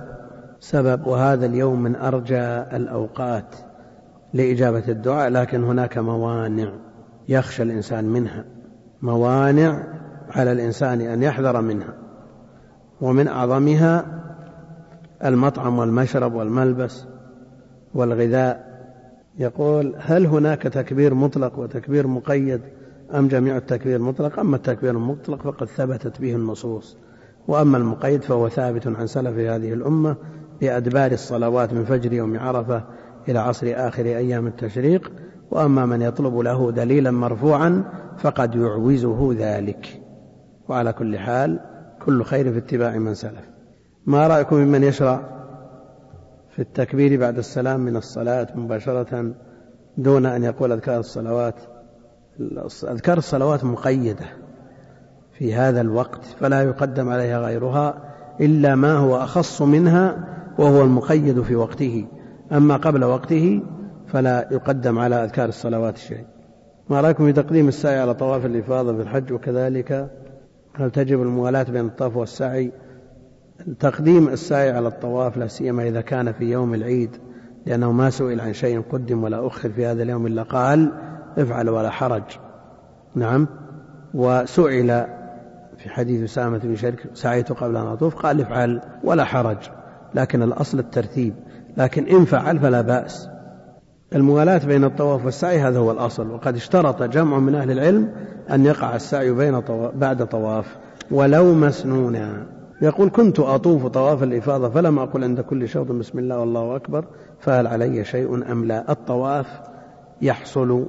سبب، وهذا اليوم من أرجى الأوقات لإجابة الدعاء، لكن هناك موانع يخشى الإنسان منها، موانع على الإنسان أن يحذر منها، ومن أعظمها المطعم والمشرب والملبس والغذاء. يقول: هل هناك تكبير مطلق وتكبير مقيد أم جميع التكبير مطلق؟ أما التكبير المطلق فقد ثبتت به النصوص، وأما المقيد فهو ثابت عن سلف هذه الأمة بأدبار الصلوات من فجر يوم عرفة إلى عصر آخر أيام التشريق. وأما من يطلب له دليلا مرفوعا فقد يعوزه ذلك. وعلى كل حال كل خير في اتباع من سلف. ما رأيكم ممن يشرع في التكبير بعد السلام من الصلاة مباشرة دون أن يقول أذكار الصلوات؟ أذكار الصلوات مقيدة في هذا الوقت فلا يقدم عليها غيرها إلا ما هو أخص منها وهو المقيد في وقته، أما قبل وقته فلا يقدم على أذكار الصلوات شيء. ما رأيكم في تقديم السعي على طواف الإفاضة في الحج؟ وكذلك هل تجب الموالاة بين الطواف والسعي؟ تقديم السعي على الطواف لا سيما إذا كان في يوم العيد، لأنه ما سئل عن شيء قدم ولا أخر في هذا اليوم إلا قال افعل ولا حرج. نعم. وسئل في حديث أسامة بن شريك: سعيت قبل أن أطوف؟ قال افعل ولا حرج، لكن الأصل الترتيب، لكن إن فعل فلا بأس. الموالاة بين الطواف والسعي هذا هو الأصل، وقد اشترط جمع من أهل العلم أن يقع السعي بعد طواف ولو مسنونا. يقول: كنت أطوف طواف الإفاضة فلم أقل عند كل شوط بسم الله والله أكبر، فهل علي شيء أم لا؟ الطواف يحصل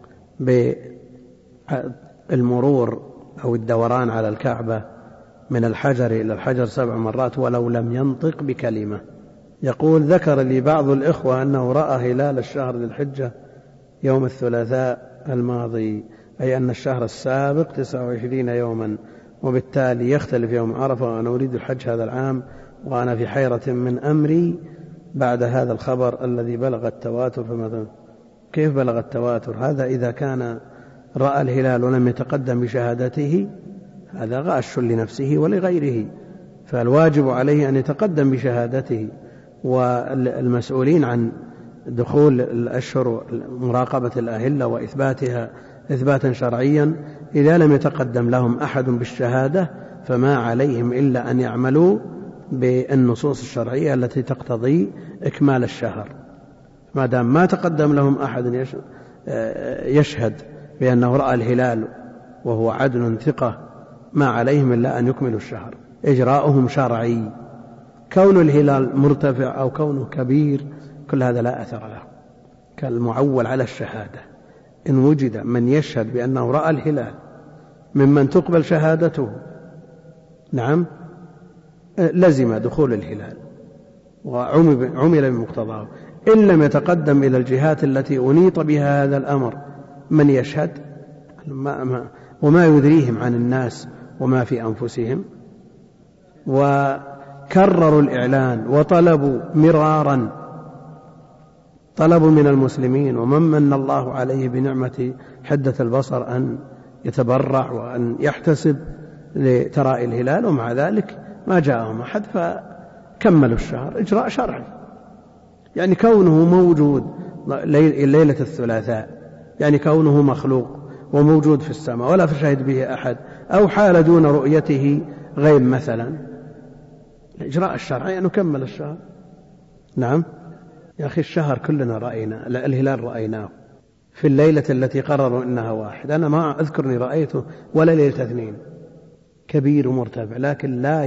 بالمرور أو الدوران على الكعبة من الحجر إلى الحجر 7 مرات ولو لم ينطق بكلمة، يقول: ذكر لي بعض الإخوة أنه رأى هلال الشهر ذي الحجة يوم الثلاثاء الماضي، أي أن الشهر السابق 29 يوما، وبالتالي يختلف يوم عرفة، وأنا أريد الحج هذا العام وأنا في حيرة من أمري بعد هذا الخبر الذي بلغ التواتر. فماذا؟ كيف بلغ التواتر؟ هذا إذا كان رأى الهلال ولم يتقدم بشهادته هذا غاش لنفسه ولغيره، فالواجب عليه أن يتقدم بشهادته. والمسؤولين عن دخول الأشهر مراقبة الأهلة وإثباتها إثباتا شرعيا إذا لم يتقدم لهم أحد بالشهادة فما عليهم إلا أن يعملوا بالنصوص الشرعية التي تقتضي إكمال الشهر. ما دام ما تقدم لهم أحد يشهد بأنه رأى الهلال وهو عدل ثقة ما عليهم إلا أن يكملوا الشهر، إجراؤهم شرعي. كون الهلال مرتفع أو كونه كبير كل هذا لا أثر له، كالمعول على الشهادة. إن وجد من يشهد بأنه رأى الهلال ممن تقبل شهادته نعم لزم دخول الهلال وعمل بمقتضاه. إن لم يتقدم إلى الجهات التي أنيط بها هذا الأمر من يشهد وما يدريهم عن الناس وما في أنفسهم، وكرروا الإعلان وطلبوا مرارا، طلبوا من المسلمين ومن من الله عليه بنعمة حدة البصر أن يتبرع وأن يحتسب لتراء الهلال، ومع ذلك ما جاءهم أحد فكملوا الشهر إجراء شرعي. يعني كونه موجود ليلة الثلاثاء، يعني كونه مخلوق وموجود في السماء ولا فشهد به أحد، أو حال دون رؤيته غيب مثلا، الإجراء الشرعي أن نكمل الشهر. نعم يا أخي الشهر كلنا رأينا، الهلال رأيناه في الليلة التي قرروا إنها واحد. أنا ما أذكرني رأيته ولا ليلة اثنين، كبير ومرتفع، لكن لا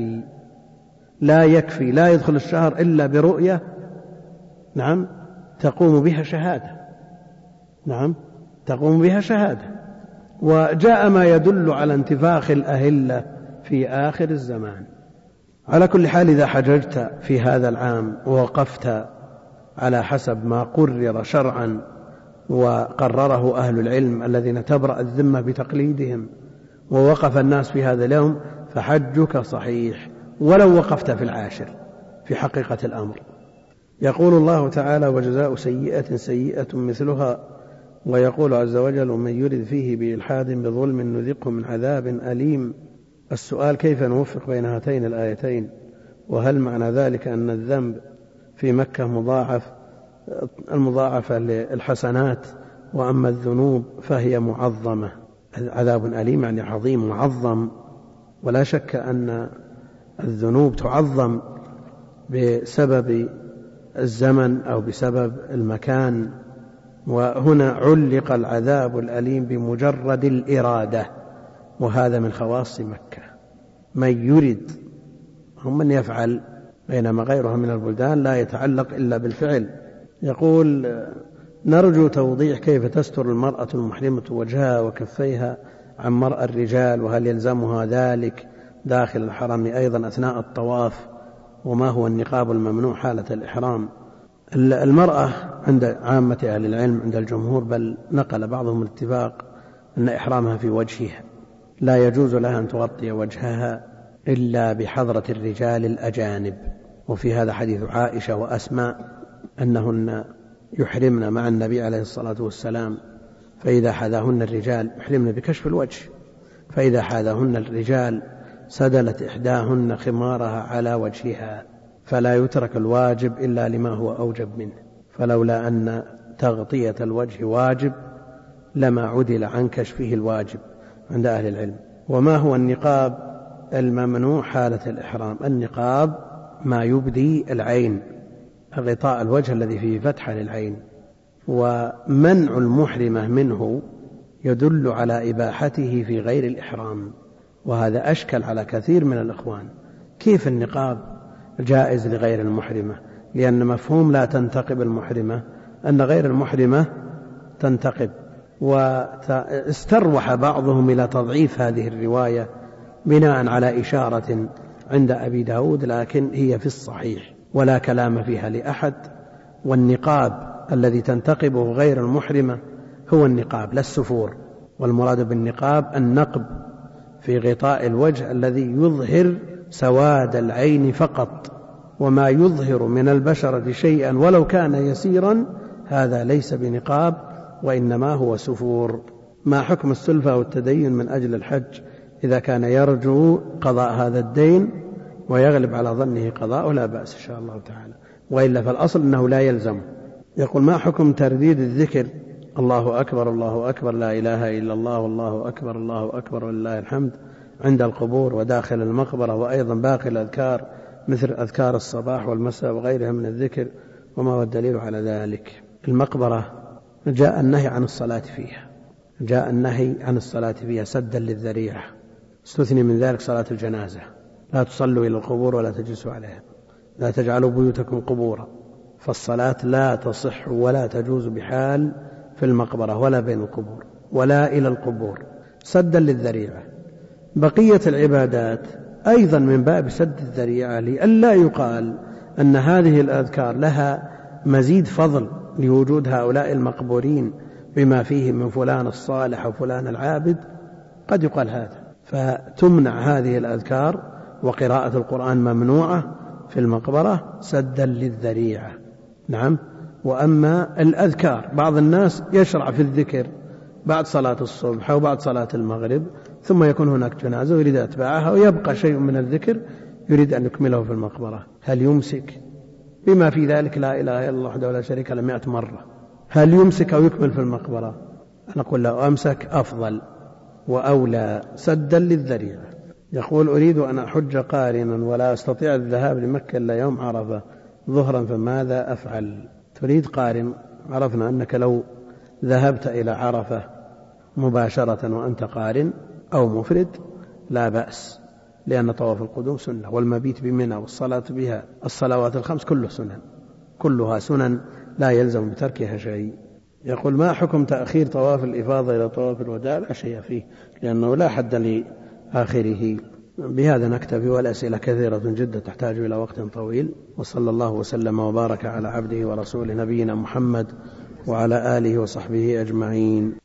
يكفي لا يدخل الشهر إلا برؤية نعم تقوم بها شهادة، نعم تقوم بها شهادة. وجاء ما يدل على انتفاخ الأهلة في آخر الزمان. على كل حال إذا حججت في هذا العام ووقفت على حسب ما قرر شرعا وقرره أهل العلم الذين تبرأ الذمة بتقليدهم، ووقف الناس في هذا اليوم، فحجك صحيح ولو وقفت في العاشر في حقيقة الأمر. يقول الله تعالى: وجزاء سيئة سيئة مثلها، ويقول عز وجل: ومن يرد فيه بإلحاد بظلم نذقه من عذاب أليم. السؤال: كيف نوفق بين هاتين الآيتين؟ وهل معنى ذلك أن الذنب في مكة المضاعفة للحسنات، وأما الذنوب فهي معظمة؟ عذاب أليم يعني عظيم معظم، ولا شك أن الذنوب تعظم بسبب الزمن أو بسبب المكان، وهنا علق العذاب الأليم بمجرد الإرادة، وهذا من خواص مكة. من يرد هم من يفعل، بينما غيرها من البلدان لا يتعلق إلا بالفعل. يقول: نرجو توضيح كيف تستر المرأة المحرمة وجهها وكفيها عن مرأى الرجال، وهل يلزمها ذلك داخل الحرم أيضا أثناء الطواف، وما هو النقاب الممنوع حالة الإحرام؟ المرأة عند عامة أهل العلم عند الجمهور، بل نقل بعضهم الاتفاق أن إحرامها في وجهها، لا يجوز لها أن تغطي وجهها إلا بحضرة الرجال الأجانب. وفي هذا حديث عائشة وأسماء أنهن يحرمن مع النبي عليه الصلاة والسلام، فإذا حاذاهن الرجال يحرمن بكشف الوجه، فإذا حاذاهن الرجال سدلت إحداهن خمارها على وجهها، فلا يترك الواجب إلا لما هو أوجب منه. فلولا أن تغطية الوجه واجب لما عدل عن كشفه الواجب عند أهل العلم. وما هو النقاب الممنوع حالة الإحرام؟ النقاب ما يبدي العين، غطاء الوجه الذي فيه فتحة للعين، ومنع المحرمة منه يدل على إباحته في غير الإحرام، وهذا أشكل على كثير من الإخوان. كيف النقاب جائز لغير المحرمة؟ لأن مفهوم لا تنتقب المحرمة أن غير المحرمة تنتقب، واستروح بعضهم إلى تضعيف هذه الرواية بناء على إشارة عند أبي داود، لكن هي في الصحيح ولا كلام فيها لأحد. والنقاب الذي تنتقبه غير المحرمة هو النقاب لا السفور، والمراد بالنقاب النقب في غطاء الوجه الذي يظهر سواد العين فقط، وما يظهر من البشرة شيئا ولو كان يسيرا هذا ليس بنقاب وإنما هو سفور. ما حكم السلفة والتدين من أجل الحج إذا كان يرجو قضاء هذا الدين ويغلب على ظنه قضاء؟ لا بأس إن شاء الله تعالى، وإلا فالأصل أنه لا يلزم. يقول ما حكم ترديد الذكر الله أكبر الله أكبر لا إله إلا الله والله أكبر الله أكبر ولله الحمد عند القبور وداخل المقبرة، وأيضا باقي الأذكار مثل أذكار الصباح والمساء وغيرها من الذكر، وما هو الدليل على ذلك؟ المقبرة جاء النهي عن الصلاة فيها، جاء النهي عن الصلاة فيها سدا للذريعة، استثني من ذلك صلاة الجنازة، لا تصلوا إلى القبور ولا تجلسوا عليها، لا تجعلوا بيوتكم قبورا، فالصلاة لا تصح ولا تجوز بحال في المقبرة ولا بين القبور ولا إلى القبور سدا للذريعة. بقية العبادات أيضا من باب سد الذريعة لئلا يقال أن هذه الأذكار لها مزيد فضل لوجود هؤلاء المقبورين بما فيه من فلان الصالح وفلان العابد، قد يقال هذا، فتمنع هذه الأذكار وقراءة القرآن ممنوعة في المقبرة سدا للذريعة. نعم. وأما الأذكار بعض الناس يشرع في الذكر بعد صلاة الصبح أو بعد صلاة المغرب ثم يكون هناك جنازة ويريد أتباعها ويبقى شيء من الذكر يريد أن يكمله في المقبرة، هل يمسك بما في ذلك لا إله إلا الله وحده لا شريك له 100 مرة، هل يمسك أو يكمل في المقبرة؟ أنا أقول له أمسك أفضل وأولى سدا للذريعة. يقول أريد أن أحج قارنا ولا أستطيع الذهاب لمكة إلا يوم عرفة ظهرا، فماذا أفعل؟ تريد قارن، عرفنا أنك لو ذهبت إلى عرفة مباشرة وأنت قارن أو مفرد لا بأس، لأن طواف القدوم سنة، والمبيت بمنى والصلاة بها الصلوات الخمس كلها سنن لا يلزم بتركها شيء. يقول ما حكم تأخير طواف الإفاضة إلى طواف الوداع؟ لا شيء فيه لأنه لا حد لآخره. بهذا نكتفي، والأسئلة كثيرة جدا تحتاج إلى وقت طويل، وصلى الله وسلم وبارك على عبده ورسوله نبينا محمد وعلى آله وصحبه أجمعين.